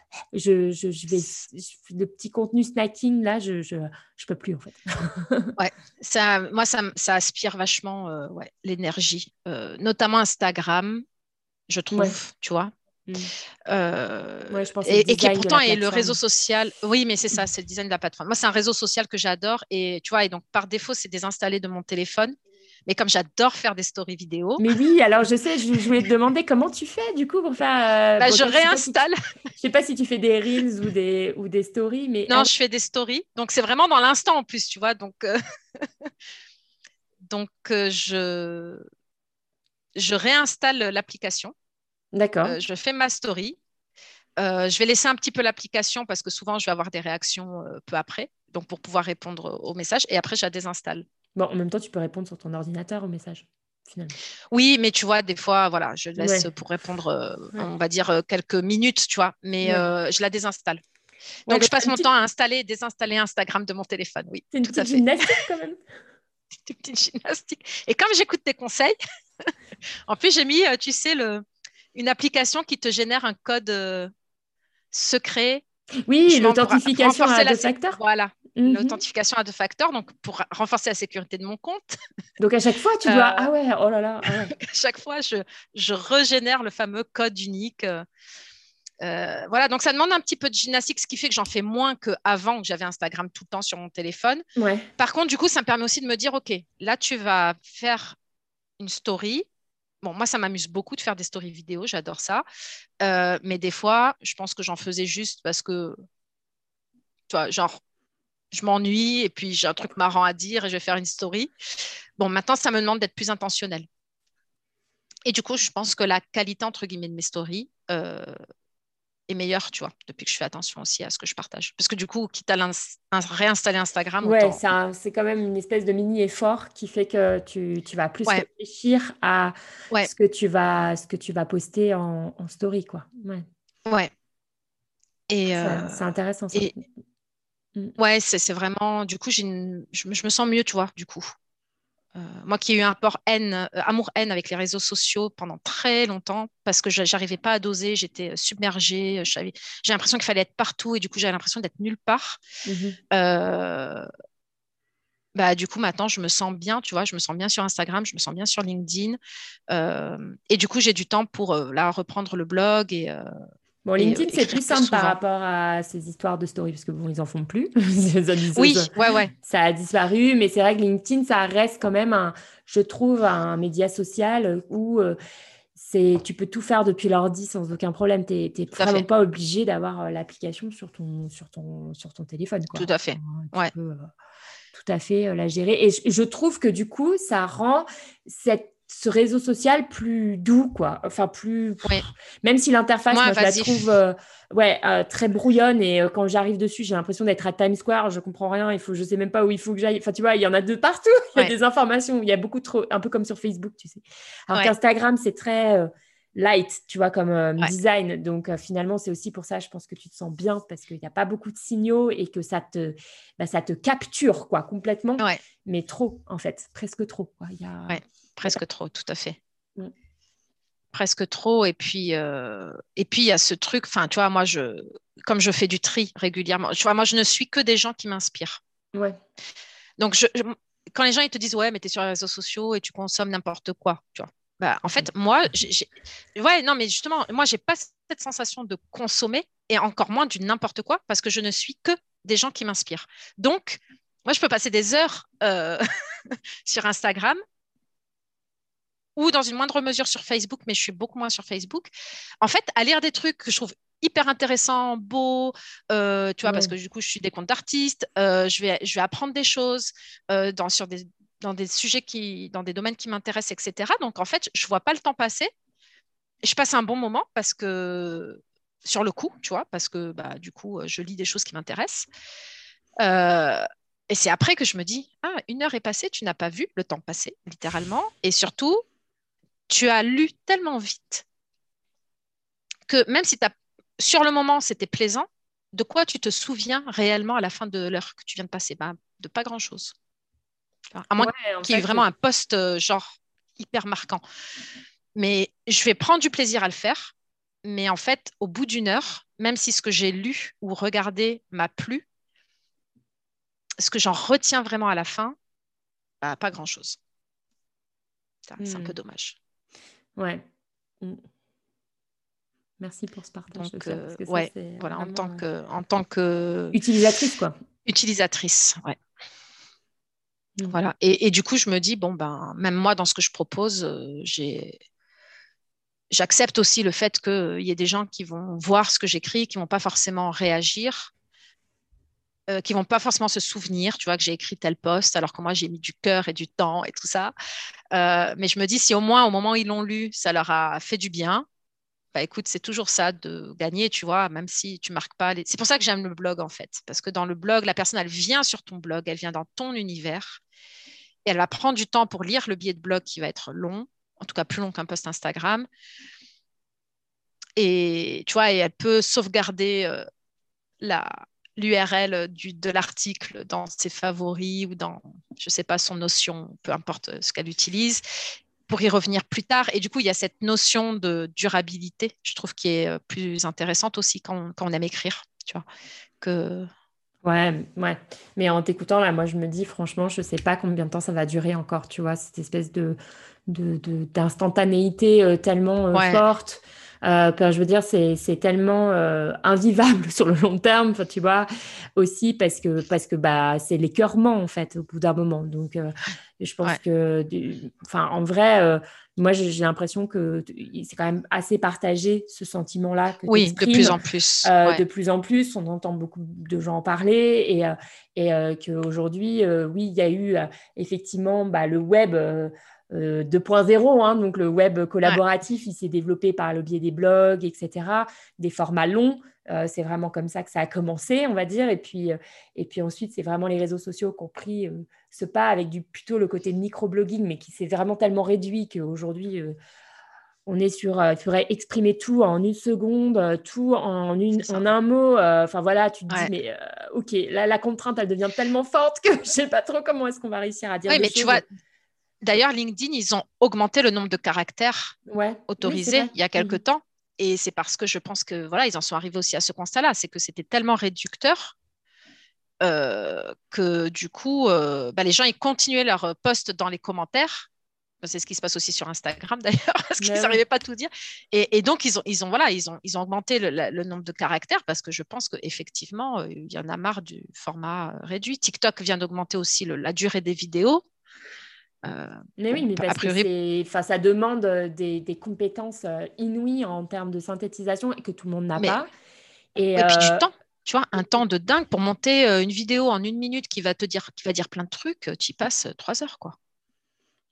Je, je, je vais. je- le petit contenu snacking, là, je, je, je peux plus, en fait. Ouais, ça, moi, ça, m- ça aspire vachement euh, ouais, l'énergie, Euh, notamment Instagram, je Ouais. trouve, tu vois. Mm. Euh, Ouais, je pense que c'est le et, et qui est design de pourtant la est le réseau plateforme. social. Oui, mais c'est ça, c'est le design de la plateforme. Moi, c'est un réseau social que j'adore et tu vois, et donc par défaut, c'est désinstallé de mon téléphone. Mais comme j'adore faire des stories vidéo, Mais oui, alors je sais, je, je voulais te demander comment tu fais du coup pour faire. Euh, bah, bon, je toi, je sais pas si tu, réinstalle. je sais pas si tu fais des reels ou des ou des stories, mais ah Non, je fais des stories. Donc, c'est vraiment dans l'instant en plus, tu vois. Donc, euh, donc euh, je, je réinstalle l'application. oui, d'accord. Euh, je fais ma story. Euh, je vais laisser un petit peu l'application parce que souvent, je vais avoir des réactions euh, peu après. Donc, pour pouvoir répondre aux messages. Et après, je la désinstalle. Bon, en même temps, tu peux répondre sur ton ordinateur au message, finalement. Oui, mais tu vois, des fois, voilà, je laisse Ouais, pour répondre, euh, ouais, on va dire, euh, quelques minutes, tu vois. Mais ouais. euh, je la désinstalle. Ouais, Donc, je donc t'as passe une mon temps petite, à installer et désinstaller Instagram de mon téléphone. Oui, c'est une tout à petite fait. gymnastique quand même. Des petites gymnastiques. Et comme j'écoute tes conseils, en plus, j'ai mis, euh, tu sais, le, une application qui te génère un code euh, secret, Oui, justement pour, pour l'authentification renforcer à la deux sé- facteurs. voilà, Mhm. l'authentification à deux facteurs, donc pour renforcer la sécurité de mon compte. Donc à chaque fois, tu dois. Euh, Ah ouais, oh là là, ah ouais. à chaque fois, je, je régénère le fameux code unique. Euh, euh, voilà, donc ça demande un petit peu de gymnastique, ce qui fait que j'en fais moins qu'avant, que j'avais Instagram tout le temps sur mon téléphone. Ouais. Par contre, du coup, ça me permet aussi de me dire, OK, là, tu vas faire une story. Bon, moi, ça m'amuse beaucoup de faire des stories vidéo, j'adore ça. Euh, mais des fois, je pense que j'en faisais juste parce que, tu vois, genre, je m'ennuie et puis j'ai un truc marrant à dire et je vais faire une story. Bon, maintenant, ça me demande d'être plus intentionnel. Et du coup, je pense que la qualité, entre guillemets, de mes stories euh, est meilleure, tu vois, depuis que je fais attention aussi à ce que je partage. Parce que du coup, quitte à réinstaller Instagram, Ouais, autant. c'est un- c'est quand même une espèce de mini-effort qui fait que tu, tu vas plus Ouais, réfléchir à ouais, ce que tu vas, ce que tu vas poster en, en story, quoi. Ouais, ouais. Et, ça- euh, c'est intéressant ça. et Mm. ouais, c'est c'est vraiment, du coup, j'ai une- je, me je me sens mieux, tu vois, du coup. Euh, moi qui ai eu un rapport haine, euh, amour-haine avec les réseaux sociaux pendant très longtemps, parce que je n'arrivais pas à doser, j'étais euh, submergée, euh, j'avais j'ai l'impression qu'il fallait être partout et du coup j'avais l'impression d'être nulle part. Mhm. Euh, bah, du coup maintenant je me sens bien, tu vois, je me sens bien sur Instagram, je me sens bien sur LinkedIn. Euh, et du coup j'ai du temps pour euh, là, reprendre le blog et, euh, Bon, et euh, LinkedIn, c'est écrire plus plus simple par souvent. rapport à ces histoires de story, parce que bon, ils en font plus. Ça, dit- ça- ça- Oui, ouais, ouais, ça a disparu, mais c'est vrai que LinkedIn, ça reste quand même, un, je trouve, un média social où euh, c'est, tu peux tout faire depuis l'ordi sans aucun problème. Tu n'es tout à vraiment fait, pas obligé d'avoir euh, l'application sur ton, sur ton, sur ton téléphone, tout quoi. à fait. Enfin, tu Ouais, peux euh, tout à fait euh, la gérer. Et je, je trouve que du coup, ça rend cette ce réseau social plus doux, quoi. Enfin, plus... Oui. Même si l'interface, Moins moi, je la invasif. trouve euh, ouais, euh, très brouillonne. Et euh, quand j'arrive dessus, j'ai l'impression d'être à Times Square. Je comprends rien. Il faut, je sais même pas où il faut que j'aille. Enfin, tu vois, il y en a de partout. Il y a Ouais. des informations. Il y a beaucoup trop... Un peu comme sur Facebook, tu sais. Alors Ouais. qu'Instagram, c'est très... euh, light, tu vois, comme euh, Ouais. design. Donc, euh, finalement, c'est aussi pour ça, je pense que tu te sens bien parce qu'il n'y a pas beaucoup de signaux et que ça te, bah, ça te capture, quoi, complètement. Ouais. Mais trop, en fait, presque trop, quoi. Il y a... Ouais. Presque trop, tout à fait. Mm. Presque trop. Et puis, euh, et puis il y a ce truc, enfin, tu vois, moi, je, comme je fais du tri régulièrement, tu vois, moi, je ne suis que des gens qui m'inspirent. Ouais. Donc, je, je- quand les gens ils te disent, ouais, mais tu es sur les réseaux sociaux et tu consommes n'importe quoi, tu vois. Bah, en fait, moi, j'ai, j'ai- ouais, non, mais justement, moi, j'ai pas cette sensation de consommer et encore moins du n'importe quoi parce que je ne suis que des gens qui m'inspirent. Donc, moi, je peux passer des heures euh, sur Instagram ou dans une moindre mesure sur Facebook, mais je suis beaucoup moins sur Facebook. En fait, à lire des trucs que je trouve hyper intéressants, beaux, euh, tu vois, parce Ouais. que du coup, je suis des comptes d'artistes, euh, je vais, je vais apprendre des choses euh, dans, sur des, dans des sujets qui, dans des domaines qui m'intéressent, et cetera. Donc, en fait, je vois pas le temps passer. Je passe un bon moment parce que, sur le coup, tu vois, parce que bah, du coup, je lis des choses qui m'intéressent. Euh, et c'est après que je me dis, ah, une heure est passée, tu n'as pas vu le temps passer, littéralement. Et surtout, tu as lu tellement vite que même si t'as, sur le moment c'était plaisant, de quoi tu te souviens réellement à la fin de l'heure que tu viens de passer? Ben, de pas grand-chose. À moins Ouais, en qu'il y ait eu fait, vraiment un post euh, genre hyper marquant. Mais je vais prendre du plaisir à le faire. Mais en fait, au bout d'une heure, même si ce que j'ai lu ou regardé m'a plu, ce que j'en retiens vraiment à la fin, bah, pas grand-chose. Ça, c'est un peu hmm. dommage. Ouais. Mm. Merci pour ce partage, Donc, Sophia, parce euh, que ça, ouais, c'est voilà, en tant vraiment euh, que, en tant que utilisatrice, quoi. utilisatrice, ouais. Mm. Voilà. Et, et du coup, je me dis, bon, ben, même moi, dans ce que je propose, euh, j'ai, j'accepte aussi le fait qu'il y ait des gens qui vont voir ce que j'écris, qui vont pas forcément réagir, euh, qui vont pas forcément se souvenir, tu vois, que j'ai écrit tel post, alors que moi, j'ai mis du cœur et du temps et tout ça. Euh, mais je me dis, si au moins, au moment où ils l'ont lu, ça leur a fait du bien, bah écoute, c'est toujours ça de gagner, tu vois, même si tu marques pas les... C'est pour ça que j'aime le blog, en fait. Parce que dans le blog, la personne, elle vient sur ton blog, elle vient dans ton univers. Et elle va prendre du temps pour lire le billet de blog qui va être long, en tout cas plus long qu'un post Instagram. Et tu vois, et elle peut sauvegarder euh, la, l'U R L du, de l'article dans ses favoris ou dans, je ne sais pas, son notion, peu importe ce qu'elle utilise, pour y revenir plus tard. Et du coup, il y a cette notion de durabilité, je trouve, qui est euh, plus intéressante aussi quand on, quand on aime écrire, tu vois, que... Ouais, ouais. Mais en t'écoutant, là, moi, je me dis, franchement, je sais pas combien de temps ça va durer encore, tu vois, cette espèce de, de, de- d'instantanéité euh, tellement euh, Ouais, forte. Euh, enfin, je veux dire, c'est, c'est tellement euh, invivable sur le long terme, enfin, tu vois, aussi parce que, parce que bah, c'est l'écœurement, en fait, au bout d'un moment. Donc, euh, je pense ouais. que, du- enfin, en vrai, euh, moi, j'ai j'ai l'impression que t- c'est quand même assez partagé, ce sentiment-là que tu Oui, de plus exprimes. en plus. Euh, Ouais, de plus en plus, on entend beaucoup de gens en parler et, euh, et euh, qu'aujourd'hui, euh, oui, il y a eu euh, effectivement bah, le web euh, euh, deux point zéro, hein, donc le web ouais, collaboratif, il s'est développé par le biais des blogs, et cetera, des formats longs. Euh, c'est vraiment comme ça que ça a commencé, on va dire. Et puis, euh, et puis ensuite, c'est vraiment les réseaux sociaux qui ont pris euh, ce pas avec du, plutôt le côté microblogging, mais qui s'est vraiment tellement réduit qu'aujourd'hui, euh, on est sur, euh, il faudrait exprimer tout en une seconde, euh, tout en, une, c'est ça. en un mot. euh, Enfin voilà, tu te dis, Ouais. mais euh, ok, là, la contrainte, elle devient tellement forte que je sais pas trop comment est-ce qu'on va réussir à dire Oui, des mais tu choses. vois, d'ailleurs, LinkedIn, ils ont augmenté le nombre de caractères Ouais, oui, c'est autorisés vrai. il y a quelque Mhm. temps. Et c'est parce que je pense que voilà, ils en sont arrivés aussi à ce constat-là, c'est que c'était tellement réducteur euh, que du coup, euh, bah, les gens ils continuaient leurs posts dans les commentaires. C'est ce qui se passe aussi sur Instagram d'ailleurs, parce qu'ils Mais oui. n'arrivaient pas à tout dire. Et, et donc ils ont, ils ont voilà, ils ont, ils ont augmenté le, la- le nombre de caractères parce que je pense qu'effectivement, euh, il y en a marre du format euh, réduit. TikTok vient d'augmenter aussi le- la durée des vidéos. Euh, Mais bon, oui, mais a parce que priori, c'est, enfin, ça demande euh, des, des compétences euh, inouïes en termes de synthétisation et que tout le monde n'a mais pas. Et et puis du euh, temps, tu vois, un temps de dingue pour monter euh, une vidéo en une minute qui va te dire, qui va dire plein de trucs, tu y passes euh, trois heures, quoi.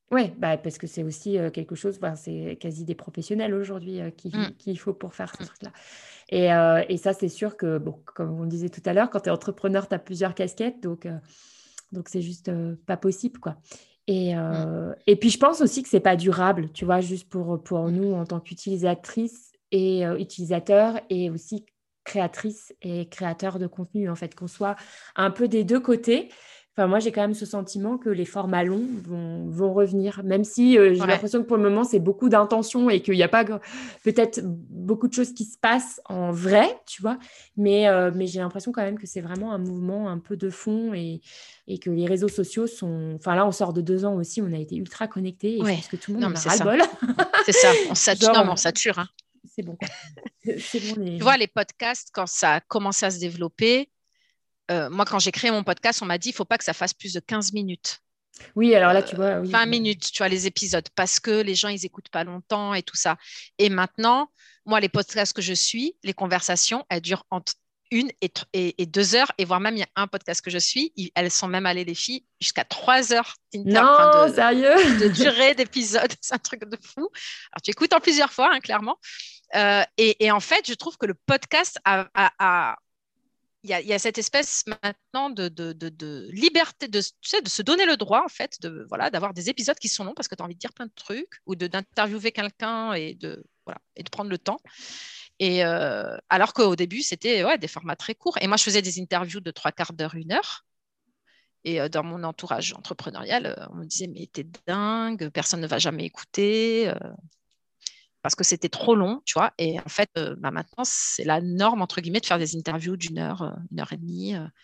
Ouais, bah, parce que c'est aussi euh, quelque chose, enfin, c'est quasi des professionnels aujourd'hui euh, Mm, qui- qu'il faut pour faire ces mm. trucs-là. Et, euh, et ça, c'est sûr que, bon, comme on disait tout à l'heure, quand tu es entrepreneur, tu as plusieurs casquettes, donc euh, donc c'est juste euh, pas possible, quoi. Et, Mm, euh, et puis, je pense aussi que c'est pas durable, tu vois, juste pour, pour mm. nous en tant qu'utilisatrices et euh, utilisateurs et aussi créatrices et créateurs de contenu, en fait, qu'on soit un peu des deux côtés. Enfin, moi, j'ai quand même ce sentiment que les formats longs vont, vont revenir, même si euh, j'ai Ouais. l'impression que pour le moment, c'est beaucoup d'intentions et qu'il n'y a pas gr- peut-être beaucoup de choses qui se passent en vrai, tu vois, mais, euh, mais j'ai l'impression quand même que c'est vraiment un mouvement un peu de fond et, et que les réseaux sociaux sont... Enfin, là, on sort de deux ans aussi, on a été ultra connectés et je Ouais. pense que tout le monde Non, en mais a c'est ça. ras-le-bol. C'est ça. On sature. Genre, Non, mais on on- sature, hein. c'est bon, quoi. C'est bon, les... Tu vois, les podcasts, quand ça a commencé à se développer, euh, moi, quand j'ai créé mon podcast, on m'a dit, il ne faut pas que ça fasse plus de quinze minutes. Oui, alors là, euh, tu vois, oui. vingt Bah, minutes, tu vois, les épisodes, parce que les gens, ils écoutent pas longtemps et tout ça. Et maintenant, moi, les podcasts que je suis, les conversations, elles durent entre une et, tr- et- et deux heures, et voire même, il y a un podcast que je suis, ils- elles sont même allées, les filles, jusqu'à trois heures d'inter- enfin, non, de, sérieux? de durée d'épisode. C'est un truc de fou. Alors, tu écoutes en plusieurs fois, hein, clairement. Euh, et, et en fait, je trouve que le podcast a, a- a- il y a, il y a cette espèce maintenant de, de, de, de liberté, de, tu sais, de se donner le droit, en fait, de, voilà, d'avoir des épisodes qui sont longs parce que tu as envie de dire plein de trucs ou de, d'interviewer quelqu'un et de, voilà, et de prendre le temps. Et euh, alors qu'au début, c'était ouais, des formats très courts. Et moi, je faisais des interviews de trois quarts d'heure, une heure. Et euh, dans mon entourage entrepreneurial, euh, on me disait, mais t'es dingue, personne ne va jamais écouter. Euh, parce que c'était trop long, tu vois. Et en fait, euh, bah, maintenant, c'est la norme, entre guillemets, de faire des interviews d'une heure, euh, une heure et demie. euh,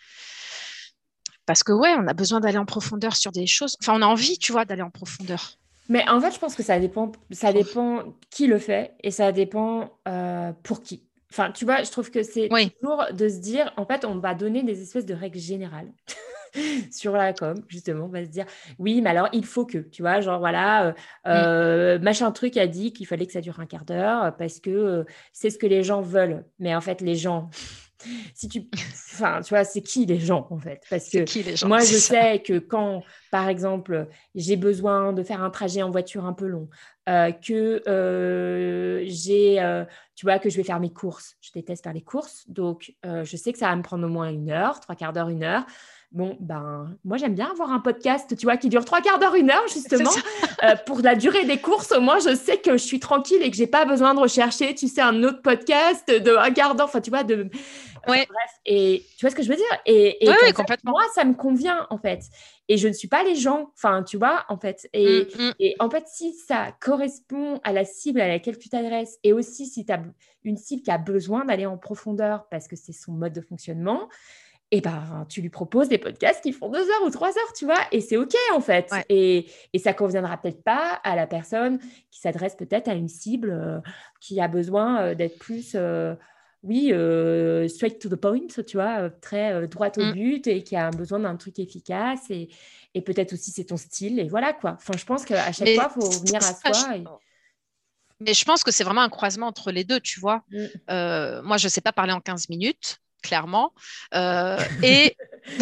parce que, ouais, on a besoin d'aller en profondeur sur des choses. Enfin, on a envie, tu vois, d'aller en profondeur, Mais en fait, je pense que ça dépend, je ça trouve. dépend qui le fait et ça dépend euh, pour qui. Enfin, tu vois, je trouve que c'est Oui. toujours de se dire, en fait, on va donner des espèces de règles générales sur la com, justement. On va se dire, oui, mais alors, il faut que, tu vois, genre, voilà, euh, Mm. euh, machin truc a dit qu'il fallait que ça dure un quart d'heure parce que euh, c'est ce que les gens veulent. Mais en fait, les gens, si tu, enfin, tu vois, c'est qui les gens en fait? Parce C'est que qui les gens? moi, C'est je ça. sais que quand, par exemple, j'ai besoin de faire un trajet en voiture un peu long, euh, que euh, j'ai, euh, tu vois, que je vais faire mes courses. Je déteste faire les courses, donc euh, je sais que ça va me prendre au moins une heure, trois quarts d'heure, une heure. Bon, ben, moi, j'aime bien avoir un podcast, tu vois, qui dure trois quarts d'heure, une heure, C'est justement. ça. Euh, pour la durée des courses, au moins, je sais que je suis tranquille et que j'ai pas besoin de rechercher, tu sais, un autre podcast de un quart d'heure, enfin, tu vois, de, enfin Oui, bref, et tu vois ce que je veux dire? Et, oui, et oui, comme ça, complètement. moi, ça me convient en fait. Et je ne suis pas les gens, enfin, tu vois, en fait. Mm, Et, mm. et en fait, si ça correspond à la cible à laquelle tu t'adresses, et aussi si tu as une cible qui a besoin d'aller en profondeur parce que c'est son mode de fonctionnement, et ben, tu lui proposes des podcasts qui font deux heures ou trois heures, tu vois, et c'est OK en fait. Ouais. Et, et ça conviendra peut-être pas à la personne qui s'adresse peut-être à une cible euh, qui a besoin euh, d'être plus, euh, oui, euh, straight to the point, tu vois, euh, très euh, droite au Mm. but et qui a besoin d'un truc efficace. Et, et peut-être aussi c'est ton style. Et voilà quoi. Enfin, je pense qu'à chaque fois, Mais, il faut venir à ça, je- soi. Et... mais je pense que c'est vraiment un croisement entre les deux, tu vois. Mm. Euh, moi, je ne sais pas parler en quinze minutes, clairement. Euh, et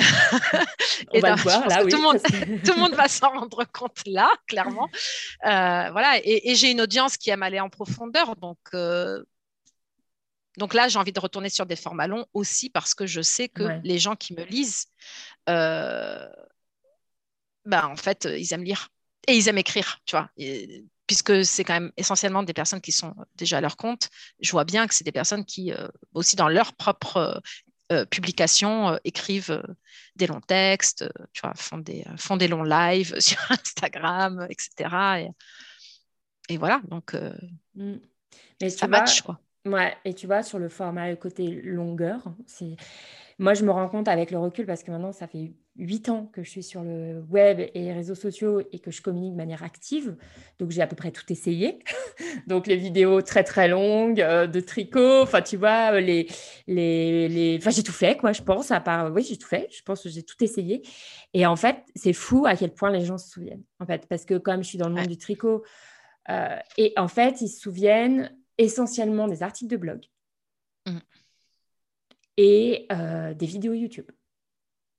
On et va dans- le je voir pense là, que tout oui. le monde, Parce que... tout le monde va s'en rendre compte là, clairement. Euh, voilà, et, et j'ai une audience qui aime aller en profondeur, donc, euh, donc là, j'ai envie de retourner sur des formats longs aussi parce que je sais que ouais. les gens qui me lisent, euh, ben, en fait, ils aiment lire et ils aiment écrire, tu vois. Et- puisque c'est quand même essentiellement des personnes qui sont déjà à leur compte, je vois bien que c'est des personnes qui, euh, aussi dans leur propre euh, euh, publications, euh, écrivent euh, des longs textes, euh, tu vois, font des, euh, font des longs lives sur Instagram, et cetera. Et, et voilà, donc euh, Mm. Mais tu ça vois, match, quoi. ouais, et tu vois, sur le format, le côté longueur, c'est... moi, je me rends compte avec le recul parce que maintenant, ça fait huit ans que je suis sur le web et les réseaux sociaux et que je communique de manière active. Donc, j'ai à peu près tout essayé. Donc, les vidéos très, très longues euh, de tricot, enfin, tu vois, les, les, les... Enfin, j'ai tout fait, quoi, je pense, à part... Oui, j'ai tout fait. Je pense que j'ai tout essayé. Et en fait, c'est fou à quel point les gens se souviennent, en fait, parce que comme je suis dans le monde Ouais. du tricot, euh, et en fait, ils se souviennent essentiellement des articles de blog Mm. et euh, des vidéos YouTube.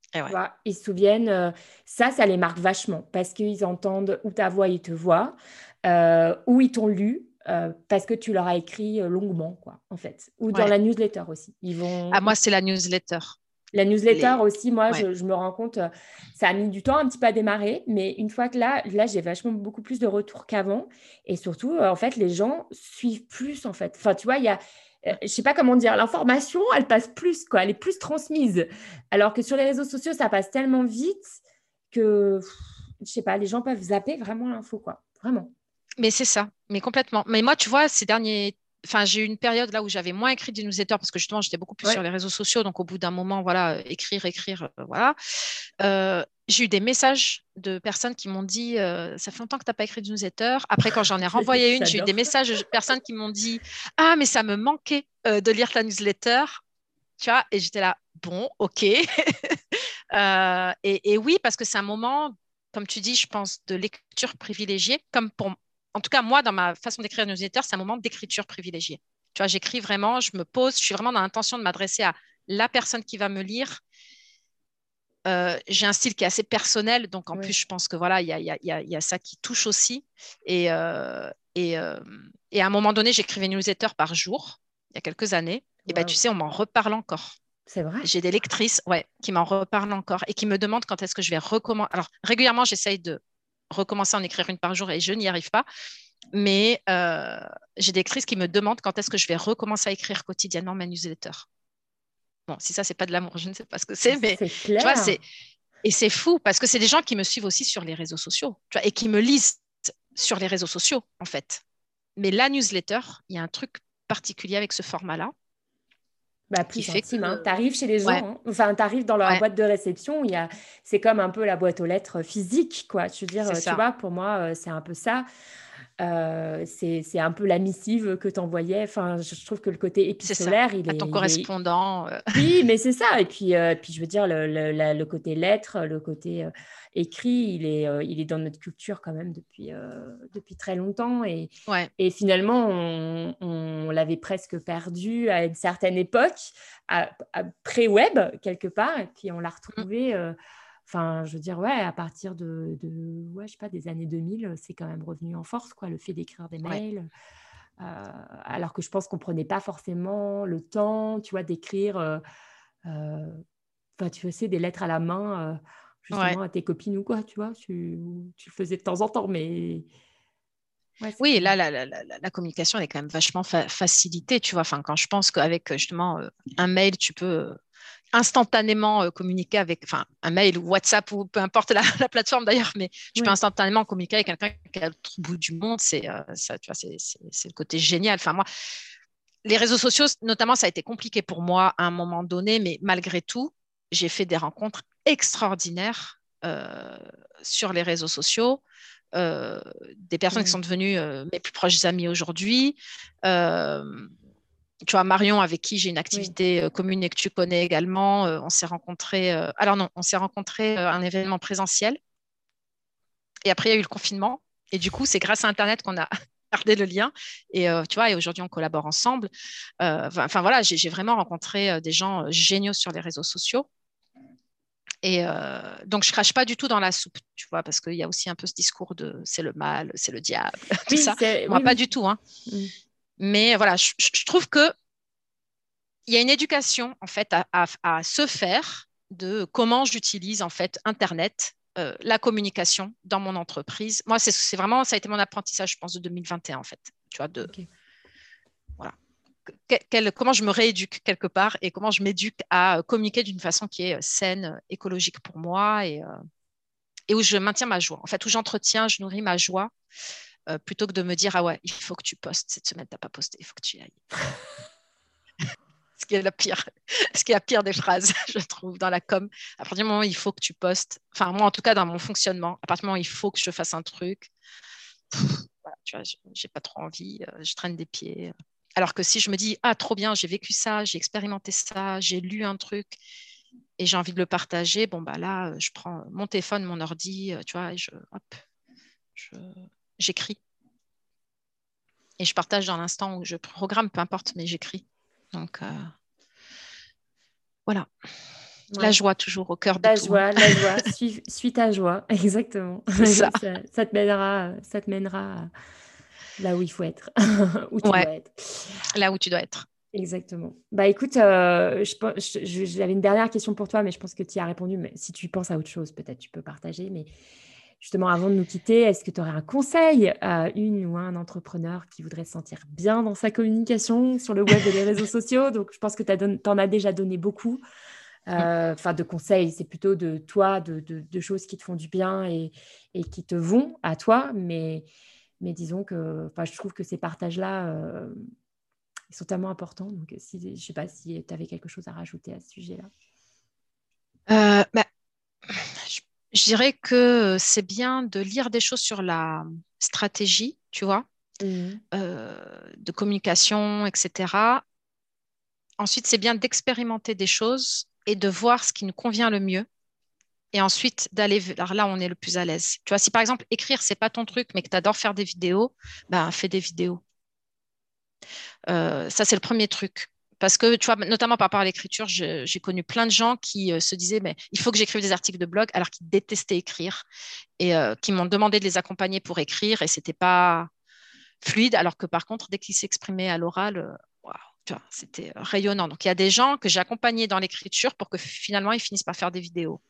Et Tu ouais. vois, ils se souviennent, euh, ça, ça les marque vachement parce qu'ils entendent ou ta voix, ils te voient, euh, ou ils t'ont lu euh, parce que tu leur as écrit euh, longuement, quoi, en fait. Ou dans Ouais. la newsletter aussi. Ils À vont, moi, c'est la newsletter. la newsletter Les... aussi, moi, Ouais. je, je me rends compte, euh, ça a mis du temps un petit peu à démarrer, mais une fois que là, là, j'ai vachement beaucoup plus de retours qu'avant. Et surtout, euh, en fait, les gens suivent plus, en fait. Enfin, tu vois, il y a, euh, je sais pas comment dire, l'information, elle passe plus, quoi, elle est plus transmise. Alors que sur les réseaux sociaux, ça passe tellement vite que, pff, je sais pas, les gens peuvent zapper vraiment l'info, quoi. Vraiment. Mais c'est ça, mais complètement. Mais moi, tu vois, ces derniers, enfin, j'ai eu une période là où j'avais moins écrit des newsletters parce que justement, j'étais beaucoup plus sur Ouais. les réseaux sociaux. Donc, au bout d'un moment, voilà, euh, écrire, écrire, euh, voilà. Euh, j'ai eu des messages de personnes qui m'ont dit, euh, ça fait longtemps que tu n'as pas écrit de newsletter. Après, quand j'en ai renvoyé une, j'ai eu des J'adore. messages de personnes qui m'ont dit, ah, mais ça me manquait euh, de lire ta newsletter. Tu vois, et j'étais là, bon, ok. Euh, et, et oui, parce que c'est un moment, comme tu dis, je pense, de lecture privilégiée. Comme pour, en tout cas, moi, dans ma façon d'écrire une newsletter, c'est un moment d'écriture privilégiée. Tu vois, j'écris vraiment, je me pose, je suis vraiment dans l'intention de m'adresser à la personne qui va me lire. Euh, j'ai un style qui est assez personnel, donc en plus, Ouais. je pense que voilà, il y a, il y a- il y a- il y a ça qui touche aussi. Et, euh, et, euh, et à un moment donné, j'écrivais une newsletter par jour, il y a quelques années. Et ben, tu Waouh. sais, on m'en reparle encore. C'est vrai? J'ai des lectrices, ouais, qui m'en reparlent encore et qui me demandent quand est-ce que je vais recommencer. Alors, régulièrement, j'essaye de recommencer à en écrire une par jour et je n'y arrive pas. Mais euh, j'ai des lectrices qui me demandent quand est-ce que je vais recommencer à écrire quotidiennement ma newsletter. Bon, si ça, c'est pas de l'amour, je ne sais pas ce que c'est, mais C'est tu vois, clair. c'est. Et c'est fou parce que c'est des gens qui me suivent aussi sur les réseaux sociaux, tu vois, et qui me lisent sur les réseaux sociaux, en fait. Mais la newsletter, il y a un truc particulier avec ce format-là Bah, qui plus fait intime, hein. Tu que, arrives chez les ouais, gens, hein. Enfin, tu arrives dans leur ouais, boîte de réception, il y a... c'est comme un peu la boîte aux lettres physique, quoi. Je veux dire, c'est euh, tu ça, vois, pour moi, euh, c'est un peu ça. Euh, c'est, c'est un peu la missive que tu envoyais. Enfin, je je trouve que le côté c'est ça. épistolaire, il À ton est, il est, correspondant. euh, oui, mais c'est ça. Et puis, euh, puis je veux dire, le, le- la- le côté lettre, le côté euh, écrit, il est, euh, il est dans notre culture quand même depuis, euh, depuis très longtemps. Et, Ouais. et finalement, on, on l'avait presque perdu à une certaine époque, à- à- pré-web, quelque part. Et puis, on l'a Mm. retrouvé. euh, Enfin, je veux dire, ouais, à partir de, de ouais, je sais pas, des années deux mille, c'est quand même revenu en force, quoi, le fait d'écrire des Ouais. mails. Euh, alors que je pense qu'on ne prenait pas forcément le temps, tu vois, d'écrire, euh, euh, enfin, tu sais, des lettres à la main, euh, Ouais. justement, à tes copines ou quoi, tu vois, tu, tu le faisais de temps en temps, mais ouais, c'est Oui, quand et là, même... la, la, la, la communication, elle est quand même vachement fa- facilitée, tu vois. Enfin, quand je pense qu'avec euh, justement euh, un mail, tu peux euh, instantanément euh, communiquer avec, enfin, un mail ou WhatsApp ou peu importe la, la plateforme d'ailleurs, mais tu peux Oui, instantanément communiquer avec quelqu'un qui est à l'autre bout du monde. C'est euh, ça, tu vois, c'est c'est- c'est le côté génial. Enfin, moi, les réseaux sociaux, notamment, ça a été compliqué pour moi à un moment donné, mais malgré tout, j'ai fait des rencontres extraordinaires euh, sur les réseaux sociaux. Euh, des personnes qui sont ouais, devenues euh, mes plus proches amies aujourd'hui. Euh, Tu vois, Marion, avec qui j'ai une oui, activité euh, commune et que tu connais également, euh, on s'est rencontrés. euh, Alors non, on s'est rencontrés euh, à un événement présentiel. Et après, il y a eu le confinement. Et du coup, c'est grâce à Internet qu'on a gardé le lien. Et euh, tu vois, et aujourd'hui, on collabore ensemble. Euh, Enfin, enfin, voilà, j'ai j'ai vraiment rencontré euh, des gens euh, géniaux sur les réseaux sociaux. Et euh, donc, je crache pas du tout dans la soupe, tu vois, parce qu'il y a aussi un peu ce discours de c'est le mal, c'est le diable, tout oui, ça. c'est, Moi, oui, pas oui. du tout, hein. Mm. Mais voilà, je, je trouve que il y a une éducation en fait à, à- à se faire de comment j'utilise en fait Internet, euh, la communication dans mon entreprise. Moi, c'est c'est vraiment ça a été mon apprentissage, je pense, de deux mille vingt et un en fait. Tu vois, de Ok. voilà, Que- quel- comment je me rééduque quelque part et comment je m'éduque à euh, communiquer d'une façon qui est euh, saine, euh, écologique pour moi et, euh, et où je maintiens ma joie. En fait, où j'entretiens, je nourris ma joie euh, plutôt que de me dire ah ouais, il faut que tu postes cette semaine, t'as pas posté, il faut que tu y ailles. Ce qui est la pire, ce qui est la pire des phrases, je trouve, dans la com. À partir du moment où il faut que tu postes, enfin, moi, en tout cas, dans mon fonctionnement, à partir du moment où il faut que je fasse un truc, voilà, tu vois, j'ai pas trop envie, euh, je traîne des pieds. Alors que si je me dis, ah, trop bien, j'ai vécu ça, j'ai expérimenté ça, j'ai lu un truc et j'ai envie de le partager, bon, bah là, je prends mon téléphone, mon ordi, euh, tu vois, et je, hop, je, j'écris et je partage dans l'instant où je programme, peu importe, mais j'écris. Donc, euh, voilà. Ouais. La joie, toujours au cœur de La tout. joie, Hein. la joie, suis, suis ta joie, exactement. C'est ça. ça, ça te mènera, ça te mènera là où il faut être, où tu Ouais, dois être. là où tu dois être. Exactement. Bah écoute, euh, je, pense- je- je- j'avais une dernière question pour toi, mais je pense que tu y as répondu. Mais si tu penses à autre chose, peut-être tu peux partager. Mais justement, avant de nous quitter, est-ce que tu aurais un conseil à une ou un entrepreneur qui voudrait se sentir bien dans sa communication sur le web et les réseaux sociaux? Donc, je pense que tu en as déjà donné beaucoup. Mm. Euh, Enfin, de conseils, c'est plutôt de toi, de, de- de choses qui te font du bien et, et qui te vont à toi. Mais, mais disons que enfin, je trouve que ces partages-là, euh, ils sont tellement importants. Donc, si, je ne sais pas si tu avais quelque chose à rajouter à ce sujet-là. Euh, bah, je, je dirais que c'est bien de lire des choses sur la stratégie, tu vois, Mhm. euh, de communication, et cetera. Ensuite, c'est bien d'expérimenter des choses et de voir ce qui nous convient le mieux. Et ensuite, d'aller vers là où on est le plus à l'aise. Tu vois, si par exemple, écrire, c'est pas ton truc, mais que tu adores faire des vidéos, ben, fais des vidéos. Euh, ça, c'est le premier truc. Parce que, tu vois, notamment par rapport à l'écriture, je- j'ai connu plein de gens qui euh, se disaient, mais il faut que j'écrive des articles de blog, alors qu'ils détestaient écrire et euh, qui m'ont demandé de les accompagner pour écrire et c'était pas fluide. Alors que par contre, dès qu'ils s'exprimaient à l'oral, euh, waouh, tu vois, c'était euh, rayonnant. Donc, il y a des gens que j'ai accompagnés dans l'écriture pour que finalement, ils finissent par faire des vidéos.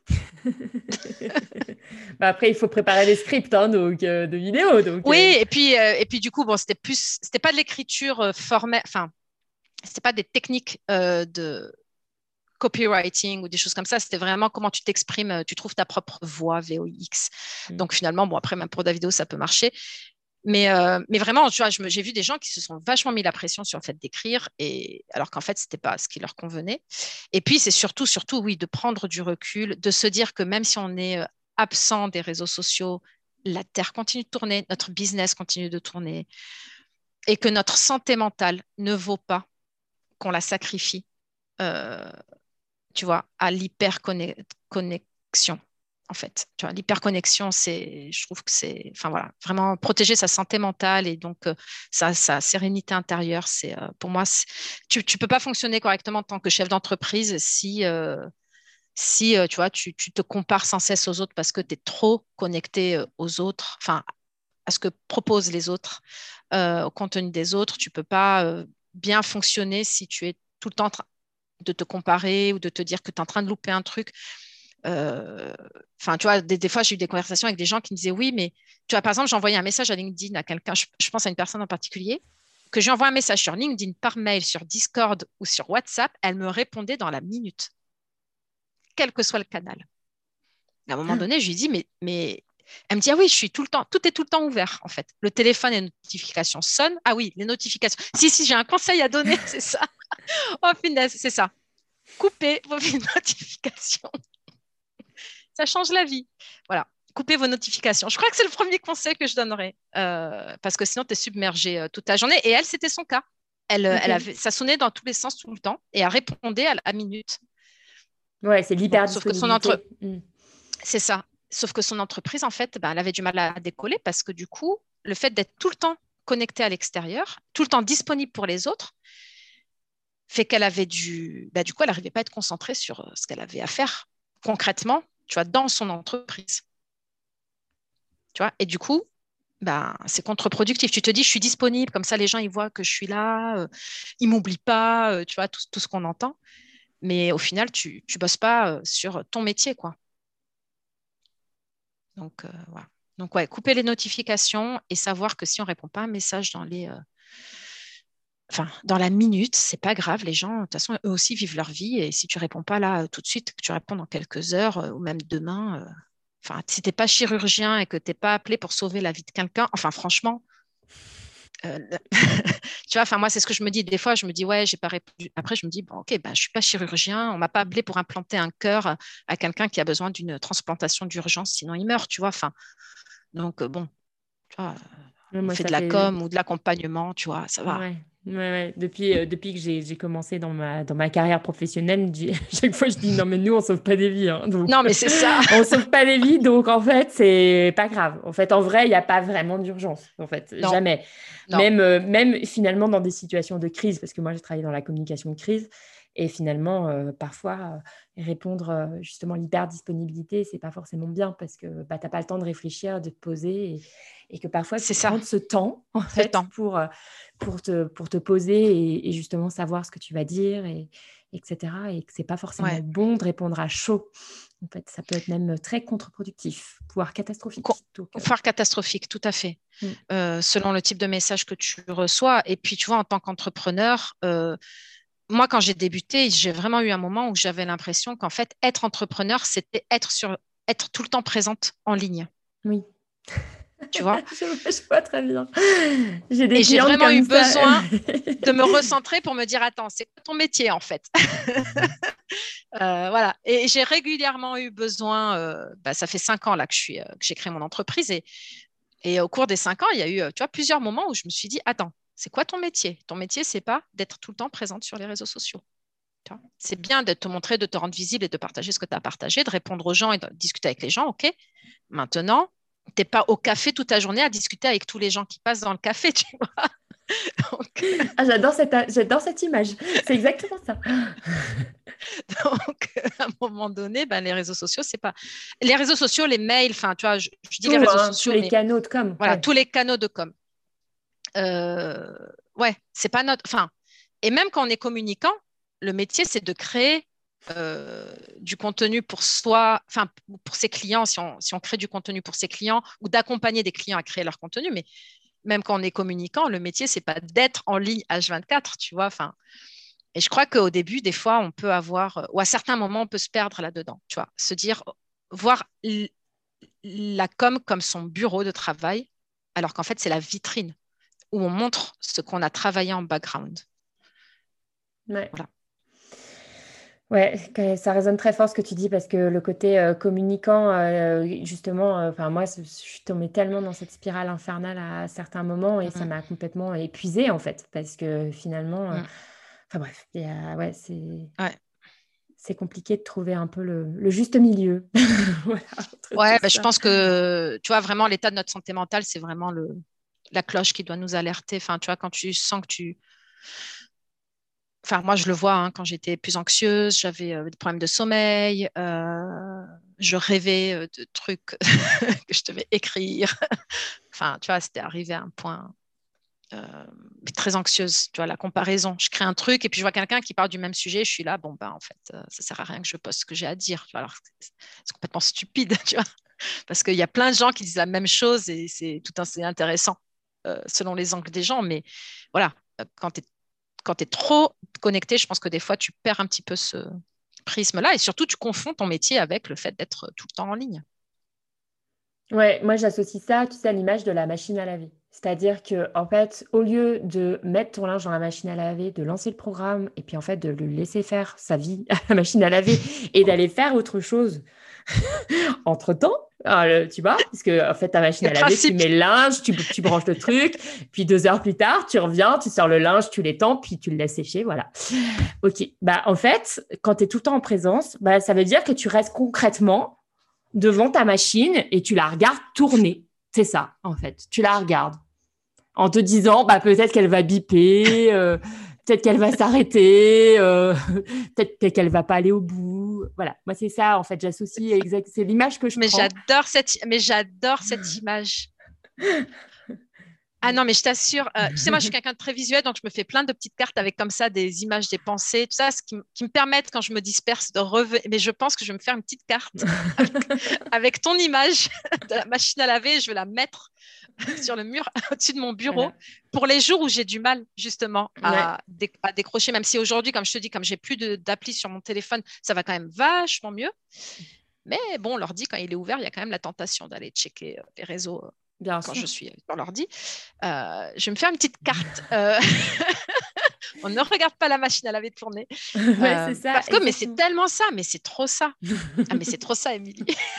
Bah, après, il faut préparer les scripts hein, donc, euh, de vidéos. Donc, Oui, euh, et puis, euh, et puis du coup, bon, c'était plus, c'était pas de l'écriture euh, formelle, enfin, c'était pas des techniques euh, de copywriting ou des choses comme ça. C'était vraiment comment tu t'exprimes, euh, tu trouves ta propre voix, V O X. mm. Donc finalement, bon, après, même pour la vidéo, ça peut marcher. Mais, euh, mais vraiment, tu vois, je me- j'ai vu des gens qui se sont vachement mis la pression sur le fait d'écrire, et alors qu'en fait, c'était pas ce qui leur convenait. Et puis, c'est surtout, surtout, oui, de prendre du recul, de se dire que même si on est euh, absent des réseaux sociaux, la Terre continue de tourner, notre business continue de tourner, et que notre santé mentale ne vaut pas qu'on la sacrifie, euh, tu vois, à l'hyperconnexion. En fait, tu vois, l'hyperconnexion, c'est, je trouve que c'est, enfin voilà, vraiment protéger sa santé mentale et donc euh, sa, sa sérénité intérieure, c'est euh, pour moi, c'est- tu, tu peux pas fonctionner correctement en tant que chef d'entreprise si, euh, si euh, tu vois, tu, tu te compares sans cesse aux autres parce que tu es trop connecté euh, aux autres, enfin, à ce que proposent les autres, euh, au contenu des autres. Tu peux pas euh, bien fonctionner si tu es tout le temps en train de te comparer ou de te dire que tu es en train de louper un truc. Euh, Enfin, tu vois, des, des fois, j'ai eu des conversations avec des gens qui me disaient oui, mais tu vois, par exemple, j'ai envoyé un message à LinkedIn à quelqu'un, je, je pense à une personne en particulier, que j'ai envoyé un message sur LinkedIn, par mail, sur Discord ou sur WhatsApp, elle me répondait dans la minute, quel que soit le canal. À un moment donné, je lui dis, mais, mais elle me dit, ah oui, je suis tout le temps, tout est tout le temps ouvert, en fait. Le téléphone et les notifications sonnent. Ah oui, les notifications. Si, si, j'ai un conseil à donner, c'est ça. Oh, finesse, c'est ça. Coupez vos notifications. Ça change la vie. Voilà. Coupez vos notifications. Je crois que c'est le premier conseil que je donnerais. Euh, parce que sinon, tu es submergé euh, toute la journée. Et elle, c'était son cas. Elle, euh, elle Ok. avait, ça sonnait dans tous les sens tout le temps et elle répondait à la minute. Ouais, c'est Bon, sauf que son entre... l'hyper-disponibilité. Mm. C'est ça. Sauf que son entreprise, en fait, ben, elle avait du mal à décoller parce que du coup, le fait d'être tout le temps connectée à l'extérieur, tout le temps disponible pour les autres, fait qu'elle avait du, ben, du coup, elle n'arrivait pas à être concentrée sur euh, ce qu'elle avait à faire concrètement, tu vois, dans son entreprise. Tu vois, et du coup, ben, c'est contre-productif. Tu te dis, je suis disponible, comme ça les gens ils voient que je suis là, euh, ils m'oublient pas, euh, tu vois, tout, tout ce qu'on entend. Mais au final, tu tu bosses pas euh, sur ton métier, quoi. Donc, euh, voilà. Donc, ouais, couper les notifications et savoir que si on répond pas à un message dans les, euh, enfin, dans la minute, c'est pas grave. Les gens, de toute façon, eux aussi vivent leur vie. Et si tu réponds pas là euh, tout de suite, que tu réponds dans quelques heures euh, ou même demain, euh, enfin, si t'es pas chirurgien et que t'es pas appelé pour sauver la vie de quelqu'un, enfin, franchement, euh, tu vois, enfin, moi, c'est ce que je me dis. Des fois, je me dis, ouais, j'ai pas répondu. Après, je me dis, bon, ok, bah, je suis pas chirurgien. On m'a pas appelé pour implanter un cœur à quelqu'un qui a besoin d'une transplantation d'urgence, sinon il meurt, tu vois. Enfin, donc, euh, bon, tu vois, Ouais, on moi, fait ça de la fait. com ou de l'accompagnement, tu vois, ça va. Ouais, ouais, ouais. Depuis, euh, depuis que j'ai j'ai commencé dans ma, dans ma carrière professionnelle, j'ai- chaque fois je dis non, mais nous, on sauve pas des vies. Hein, donc, Non, mais c'est ça. on sauve pas des vies, donc en fait, c'est pas grave. En fait, en vrai, il n'y a pas vraiment d'urgence. En fait, Non, jamais. non. Même, euh, même finalement dans des situations de crise, parce que moi, j'ai travaillé dans la communication de crise. Et finalement, euh, parfois, euh, répondre euh, justement l'hyper-disponibilité, c'est pas forcément bien parce que bah, tu n'as pas le temps de réfléchir, de te poser et, et que parfois, il C'est faut ça, prendre ce temps en ce fait temps. pour, euh, pour, te, pour te poser et, et justement savoir ce que tu vas dire, et, etc. Et que c'est pas forcément Ouais. bon de répondre à chaud. En fait, ça peut être même très contre-productif, voire catastrophique. Donc, euh, Voire catastrophique, tout à fait, mm. euh, selon le type de message que tu reçois. Et puis, tu vois, en tant qu'entrepreneur, euh, moi, quand j'ai débuté, j'ai vraiment eu un moment où j'avais l'impression qu'en fait, être entrepreneur, c'était être sur, être tout le temps présente en ligne. Oui. Tu vois? je, vois, je vois très bien. J'ai des Et j'ai clientes vraiment eu comme ça. besoin de me recentrer pour me dire, attends, c'est quoi ton métier en fait? Euh, voilà. Et j'ai régulièrement eu besoin, euh, bah, ça fait cinq ans là que je suis, euh, que j'ai créé mon entreprise et, et au cours des cinq ans, il y a eu, euh, tu vois, plusieurs moments où je me suis dit, attends, c'est quoi ton métier? Ton métier, c'est pas d'être tout le temps présente sur les réseaux sociaux. Tu vois. C'est bien de te montrer, de te rendre visible et de partager ce que tu as partagé, de répondre aux gens et de discuter avec les gens, ok? Maintenant, tu n'es pas au café toute ta journée à discuter avec tous les gens qui passent dans le café, tu vois. Donc, Ah, j'adore cette, j'adore cette image. C'est exactement ça. donc, à un moment donné, ben, les réseaux sociaux, c'est pas. Les réseaux sociaux, les mails, enfin, tu vois, je, je dis les Tout, réseaux hein, tous sociaux, les mais canaux de com. voilà, Ouais. tous les canaux de com. Euh, ouais, c'est pas notre. Enfin, et même quand on est communicant, le métier, c'est de créer euh, du contenu pour soi, enfin, pour ses clients, si on, si on crée du contenu pour ses clients, ou d'accompagner des clients à créer leur contenu. Mais même quand on est communicant, le métier, c'est pas d'être en ligne H vingt-quatre, tu vois. Enfin, et je crois qu'au début, des fois, on peut avoir, ou à certains moments, on peut se perdre là-dedans, tu vois, se dire, voir l- la com comme son bureau de travail, alors qu'en fait, c'est la vitrine où on montre ce qu'on a travaillé en background. Ouais. Voilà. Ouais, que- ça résonne très fort ce que tu dis parce que le côté euh, communicant, euh, justement, euh, enfin moi, je suis tombée tellement dans cette spirale infernale à certains moments et ça Mm, m'a complètement épuisée en fait parce que finalement, euh, mm. enfin bref, il y a- ouais, c'est Ouais. c'est compliqué de trouver un peu le, le juste milieu voilà, entre tout Ouais, bah, je ça. pense que, tu vois, vraiment, l'état de notre santé mentale, c'est vraiment le, la cloche qui doit nous alerter. Enfin, tu vois, quand tu sens que tu, enfin, moi, je le vois hein, quand j'étais plus anxieuse, j'avais euh, des problèmes de sommeil, euh, je rêvais euh, de trucs que je devais écrire. Enfin, tu vois, c'était arrivé à un point euh, très anxieuse, tu vois, la comparaison. Je crée un truc et puis je vois quelqu'un qui parle du même sujet, je suis là, bon, ben, en fait, euh, ça sert à rien que je poste ce que j'ai à dire. Tu vois, alors, c'est c'est complètement stupide, tu vois, parce qu'il y a plein de gens qui disent la même chose et c'est tout assez intéressant euh, selon les angles des gens, mais voilà, quand tu es quand tu es trop connecté, je pense que des fois, tu perds un petit peu ce prisme-là et surtout, tu confonds ton métier avec le fait d'être tout le temps en ligne. Ouais, moi j'associe ça, tu sais, à l'image de la machine à laver. C'est-à-dire que, en fait, au lieu de mettre ton linge dans la machine à laver, de lancer le programme et puis en fait de le laisser faire sa vie à la machine à laver et d'aller faire autre chose entre-temps, euh, tu vois, parce que en fait ta machine Le à laver, tu principe, mets le linge, tu, tu branches le truc, puis deux heures plus tard, tu reviens, tu sors le linge, tu l'étends, puis tu le laisses sécher, voilà. Ok, bah en fait, quand tu es tout le temps en présence, bah, ça veut dire que tu restes concrètement devant ta machine et tu la regardes tourner. C'est ça, en fait. Tu la regardes en te disant, bah, peut-être qu'elle va biper, euh, peut-être qu'elle va s'arrêter, euh, peut-être qu'elle va pas aller au bout. Voilà, moi, c'est ça, en fait, j'associe, exact, c'est l'image que je mais prends. j'adore cette, mais j'adore cette image. Ah non, mais je t'assure, euh, tu sais, moi, je suis quelqu'un de très visuel, donc je me fais plein de petites cartes avec comme ça des images, des pensées, tout ça, ce qui, m- qui me permettent, quand je me disperse, de revenir. Mais je pense que je vais me faire une petite carte avec, avec ton image de la machine à laver, je vais la mettre sur le mur au-dessus de mon bureau Voilà. pour les jours où j'ai du mal, justement, Ouais. à, dé- à décrocher, même si aujourd'hui, comme je te dis, comme j'ai plus de- d'appli sur mon téléphone, ça va quand même vachement mieux. Mais bon, l'ordi, quand il est ouvert, il y a quand même la tentation d'aller checker euh, les réseaux euh, Bien quand sûr. je suis sur l'ordi. Euh, je vais me faire une petite carte. Euh, on ne regarde pas la machine à laver tourner. Ouais, Euh, c'est ça, parce que, mais c'est exactement. tellement ça, mais c'est trop ça. Ah, mais c'est trop ça, Émilie.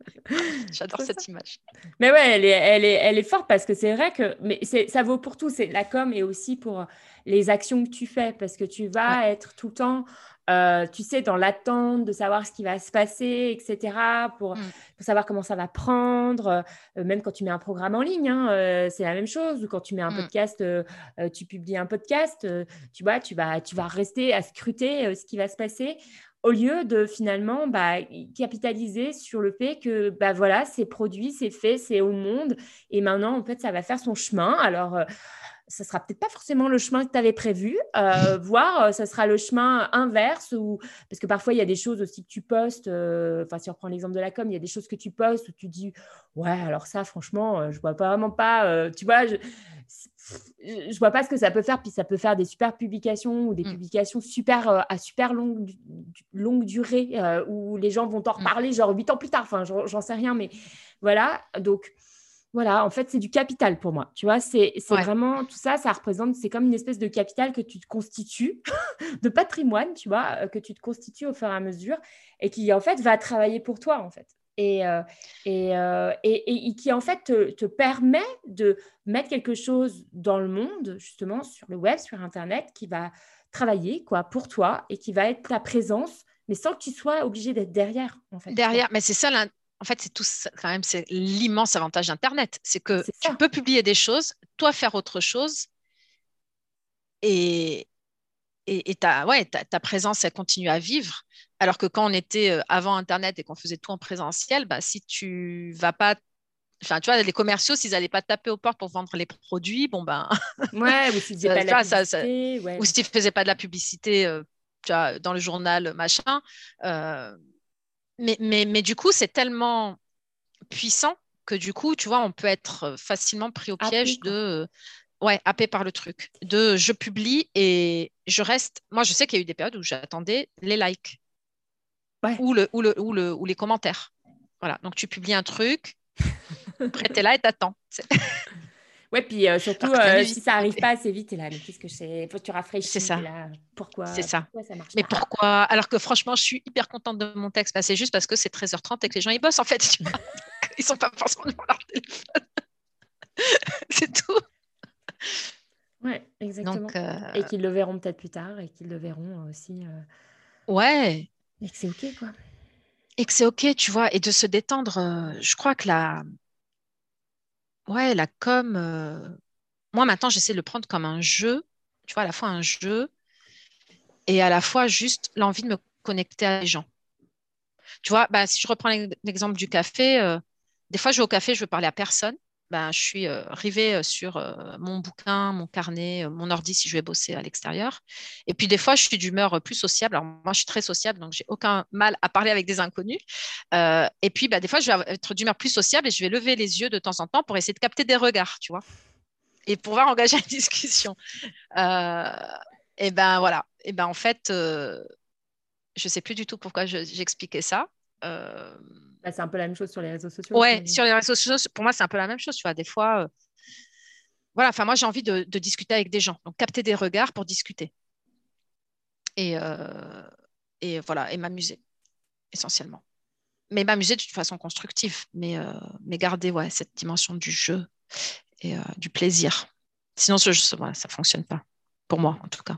J'adore C'est cette ça. image. Mais ouais, elle est, elle est, elle est forte parce que c'est vrai que mais c'est, ça vaut pour tout. C'est la com et aussi pour les actions que tu fais parce que tu Ouais. vas être tout le temps, euh, tu sais, dans l'attente de savoir ce qui va se passer, et cetera. Pour, Mm. pour savoir comment ça va prendre. Euh, même quand tu mets un programme en ligne, hein, euh, c'est la même chose. Ou quand tu mets un Mm. podcast, euh, euh, tu publies un podcast, euh, tu vois, tu vas, tu vas rester à scruter euh, ce qui va se passer au lieu de finalement bah, capitaliser sur le fait que bah, voilà, c'est produit, c'est fait, c'est au monde. Et maintenant, en fait, ça va faire son chemin. Alors, euh, ça sera peut-être pas forcément le chemin que tu avais prévu, euh, voire euh, ça sera le chemin inverse. Ou... Parce que parfois, il y a des choses aussi que tu postes. euh, Enfin, si on reprend l'exemple de la com, il y a des choses que tu postes où tu dis, ouais, alors ça, franchement, euh, je vois pas vraiment pas. euh, tu vois, je je vois pas ce que ça peut faire, puis ça peut faire des super publications ou des Mm. publications super euh, à super longue, longue durée euh, où les gens vont t'en Mm. reparler genre huit ans plus tard, enfin j'en, j'en sais rien, mais voilà, donc voilà, en fait c'est du capital pour moi, tu vois, c'est, c'est Ouais. vraiment tout ça, ça représente, c'est comme une espèce de capital que tu te constitues, de patrimoine, tu vois, euh, que tu te constitues au fur et à mesure et qui en fait va travailler pour toi en fait. Et, euh, et, euh, et, et, qui en fait te, te permet de mettre quelque chose dans le monde, justement sur le web, sur Internet, qui va travailler quoi, pour toi et qui va être ta présence, mais sans que tu sois obligé d'être derrière, en fait. Tu vois. Derrière, mais c'est ça, l'in- en fait, c'est tout ça, quand même, c'est l'immense avantage d'Internet. C'est que C'est tu ça. peux publier des choses, toi faire autre chose, et, et, et ta, ouais, ta, ta présence, elle continue à vivre. Alors que quand on était euh, avant Internet et qu'on faisait tout en présentiel, bah, si tu vas pas, enfin, tu vois, les commerciaux, s'ils n'allaient pas taper aux portes pour vendre les produits, bon, ben, Ouais, ou si tu faisais ça- pas tu de la vois, ça, ça- publicité, ouais. ou s'ils ne faisaient pas de la publicité, euh, tu vois, dans le journal, machin. euh, mais, mais, mais du coup, c'est tellement puissant que du coup, tu vois, on peut être facilement pris au Happé, piège de, quoi. euh, ouais, happé par le truc, de je publie et je reste. Moi, je sais qu'il y a eu des périodes où j'attendais les likes Ouais. ou, le, ou, le, ou, le, ou les commentaires. Voilà, donc tu publies un truc, après t'es là et t'attends. C'est- Ouais, puis euh, surtout, Alors que la euh, si ça arrive visibilité, pas assez vite, t'es là, mais qu'est-ce que je sais? Faut que tu c'est rafraîchis, t'es ça, là, c'est pourquoi, ça. pourquoi ça marche Mais pas? pourquoi? Alors que franchement, je suis hyper contente de mon texte. Bah, c'est juste parce que c'est treize heures trente et que les gens ils bossent en fait. Tu vois. Donc, ils sont pas forcément devant leur téléphone. C'est tout. Ouais, exactement. Donc, Et euh, qu'ils le verront peut-être plus tard et qu'ils le verront aussi. euh, ouais. Et que c'est OK, quoi. Et que c'est OK, tu vois, et de se détendre. euh, je crois que la, ouais, la com, euh, moi maintenant, j'essaie de le prendre comme un jeu, tu vois, à la fois un jeu et à la fois juste l'envie de me connecter à des gens. Tu vois, bah, si je reprends l'ex- l'exemple du café, euh, des fois, je vais au café, je veux parler à personne. Ben, je suis euh, rivée euh, sur euh, mon bouquin, mon carnet, euh, mon ordi si je vais bosser à l'extérieur. Et puis des fois, je suis d'humeur euh, plus sociable. Alors moi, je suis très sociable, donc j'ai aucun mal à parler avec des inconnus. Euh, et puis, bah, des fois, je vais être d'humeur plus sociable et je vais lever les yeux de temps en temps pour essayer de capter des regards, tu vois, et pouvoir engager une discussion. Euh, et ben voilà. Et ben en fait, euh, je sais plus du tout pourquoi je- j'expliquais ça. Euh, Bah, c'est un peu la même chose sur les réseaux sociaux aussi. Ouais, Mais... sur les réseaux sociaux, pour moi, c'est un peu la même chose, tu vois. Des fois, euh, voilà, enfin, moi, j'ai envie de, de discuter avec des gens, donc capter des regards pour discuter et, euh, et voilà, et m'amuser essentiellement. Mais m'amuser de façon constructive, mais, euh, mais garder ouais, cette dimension du jeu et euh, du plaisir. Sinon, ce jeu, voilà, ça fonctionne pas, pour moi en tout cas.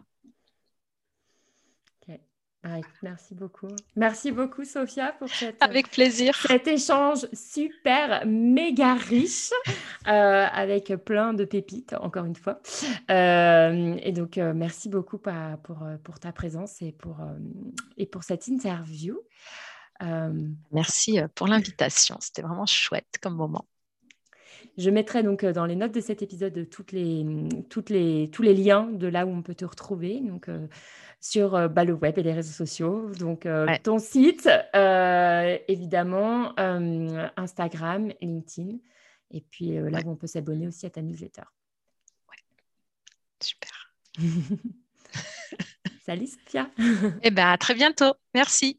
Ok. Ah, écoute, merci beaucoup. Merci beaucoup, Sophia, pour cette, Avec plaisir. cet échange super, méga riche, euh, avec plein de pépites, encore une fois. Euh, et donc, euh, merci beaucoup pa- pour, euh, pour ta présence et pour, euh, et pour cette interview. Euh, Merci euh, pour l'invitation. C'était vraiment chouette comme moment. Je mettrai donc euh, dans les notes de cet épisode toutes les, toutes les, tous les liens de là où on peut te retrouver, donc euh, sur euh, bah, le web et les réseaux sociaux. Donc euh, Ouais, ton site, euh, évidemment, euh, Instagram, LinkedIn, et puis euh, là ouais, où on peut s'abonner aussi à ta newsletter. ouais, super. Salut Sophia. Eh bien, à très bientôt. Merci.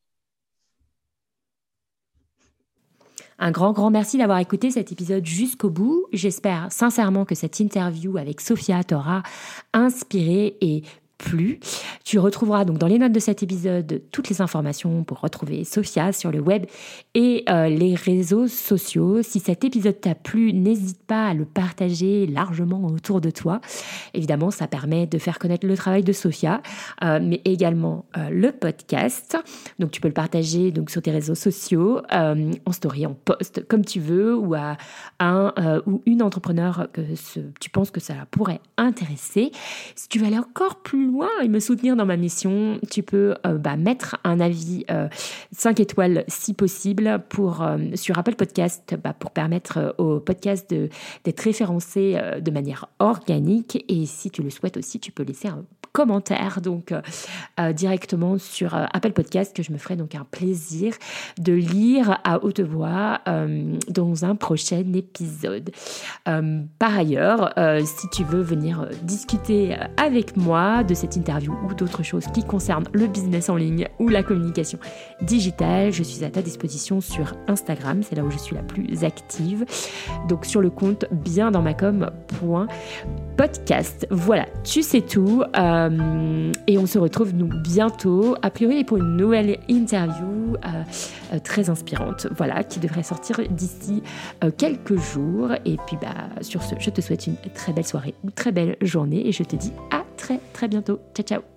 Un grand, grand merci d'avoir écouté cet épisode jusqu'au bout. J'espère sincèrement que cette interview avec Sophia t'aura inspiré et plu. Tu retrouveras donc dans les notes de cet épisode toutes les informations pour retrouver Sophia sur le web et euh, les réseaux sociaux. Si cet épisode t'a plu, n'hésite pas à le partager largement autour de toi. Évidemment, ça permet de faire connaître le travail de Sophia, euh, mais également euh, le podcast. Donc tu peux le partager donc, sur tes réseaux sociaux, euh, en story, en post, comme tu veux, ou à un euh, ou une entrepreneur que ce, tu penses que ça pourrait intéresser. Si tu veux aller encore plus loin et me soutenir dans ma mission, tu peux euh, bah, mettre un avis euh, cinq étoiles si possible pour, euh, sur Apple Podcast bah, pour permettre euh, au podcast de, d'être référencé euh, de manière organique. Et si tu le souhaites aussi, tu peux laisser un commentaire donc euh, euh, directement sur euh, Apple Podcast que je me ferai donc un plaisir de lire à haute voix euh, dans un prochain épisode. Euh, par ailleurs, euh, si tu veux venir euh, discuter avec moi de cette interview ou d'autres choses qui concernent le business en ligne ou la communication digitale, je suis à ta disposition sur Instagram, c'est là où je suis la plus active, donc sur le compte bien dans ma com point podcast. Voilà, tu sais tout, euh, et on se retrouve nous bientôt, a priori pour une nouvelle interview euh, euh, très inspirante, voilà, qui devrait sortir d'ici euh, quelques jours. Et puis bah sur ce, je te souhaite une très belle soirée, une très belle journée et je te dis à très très bientôt. Ciao ciao.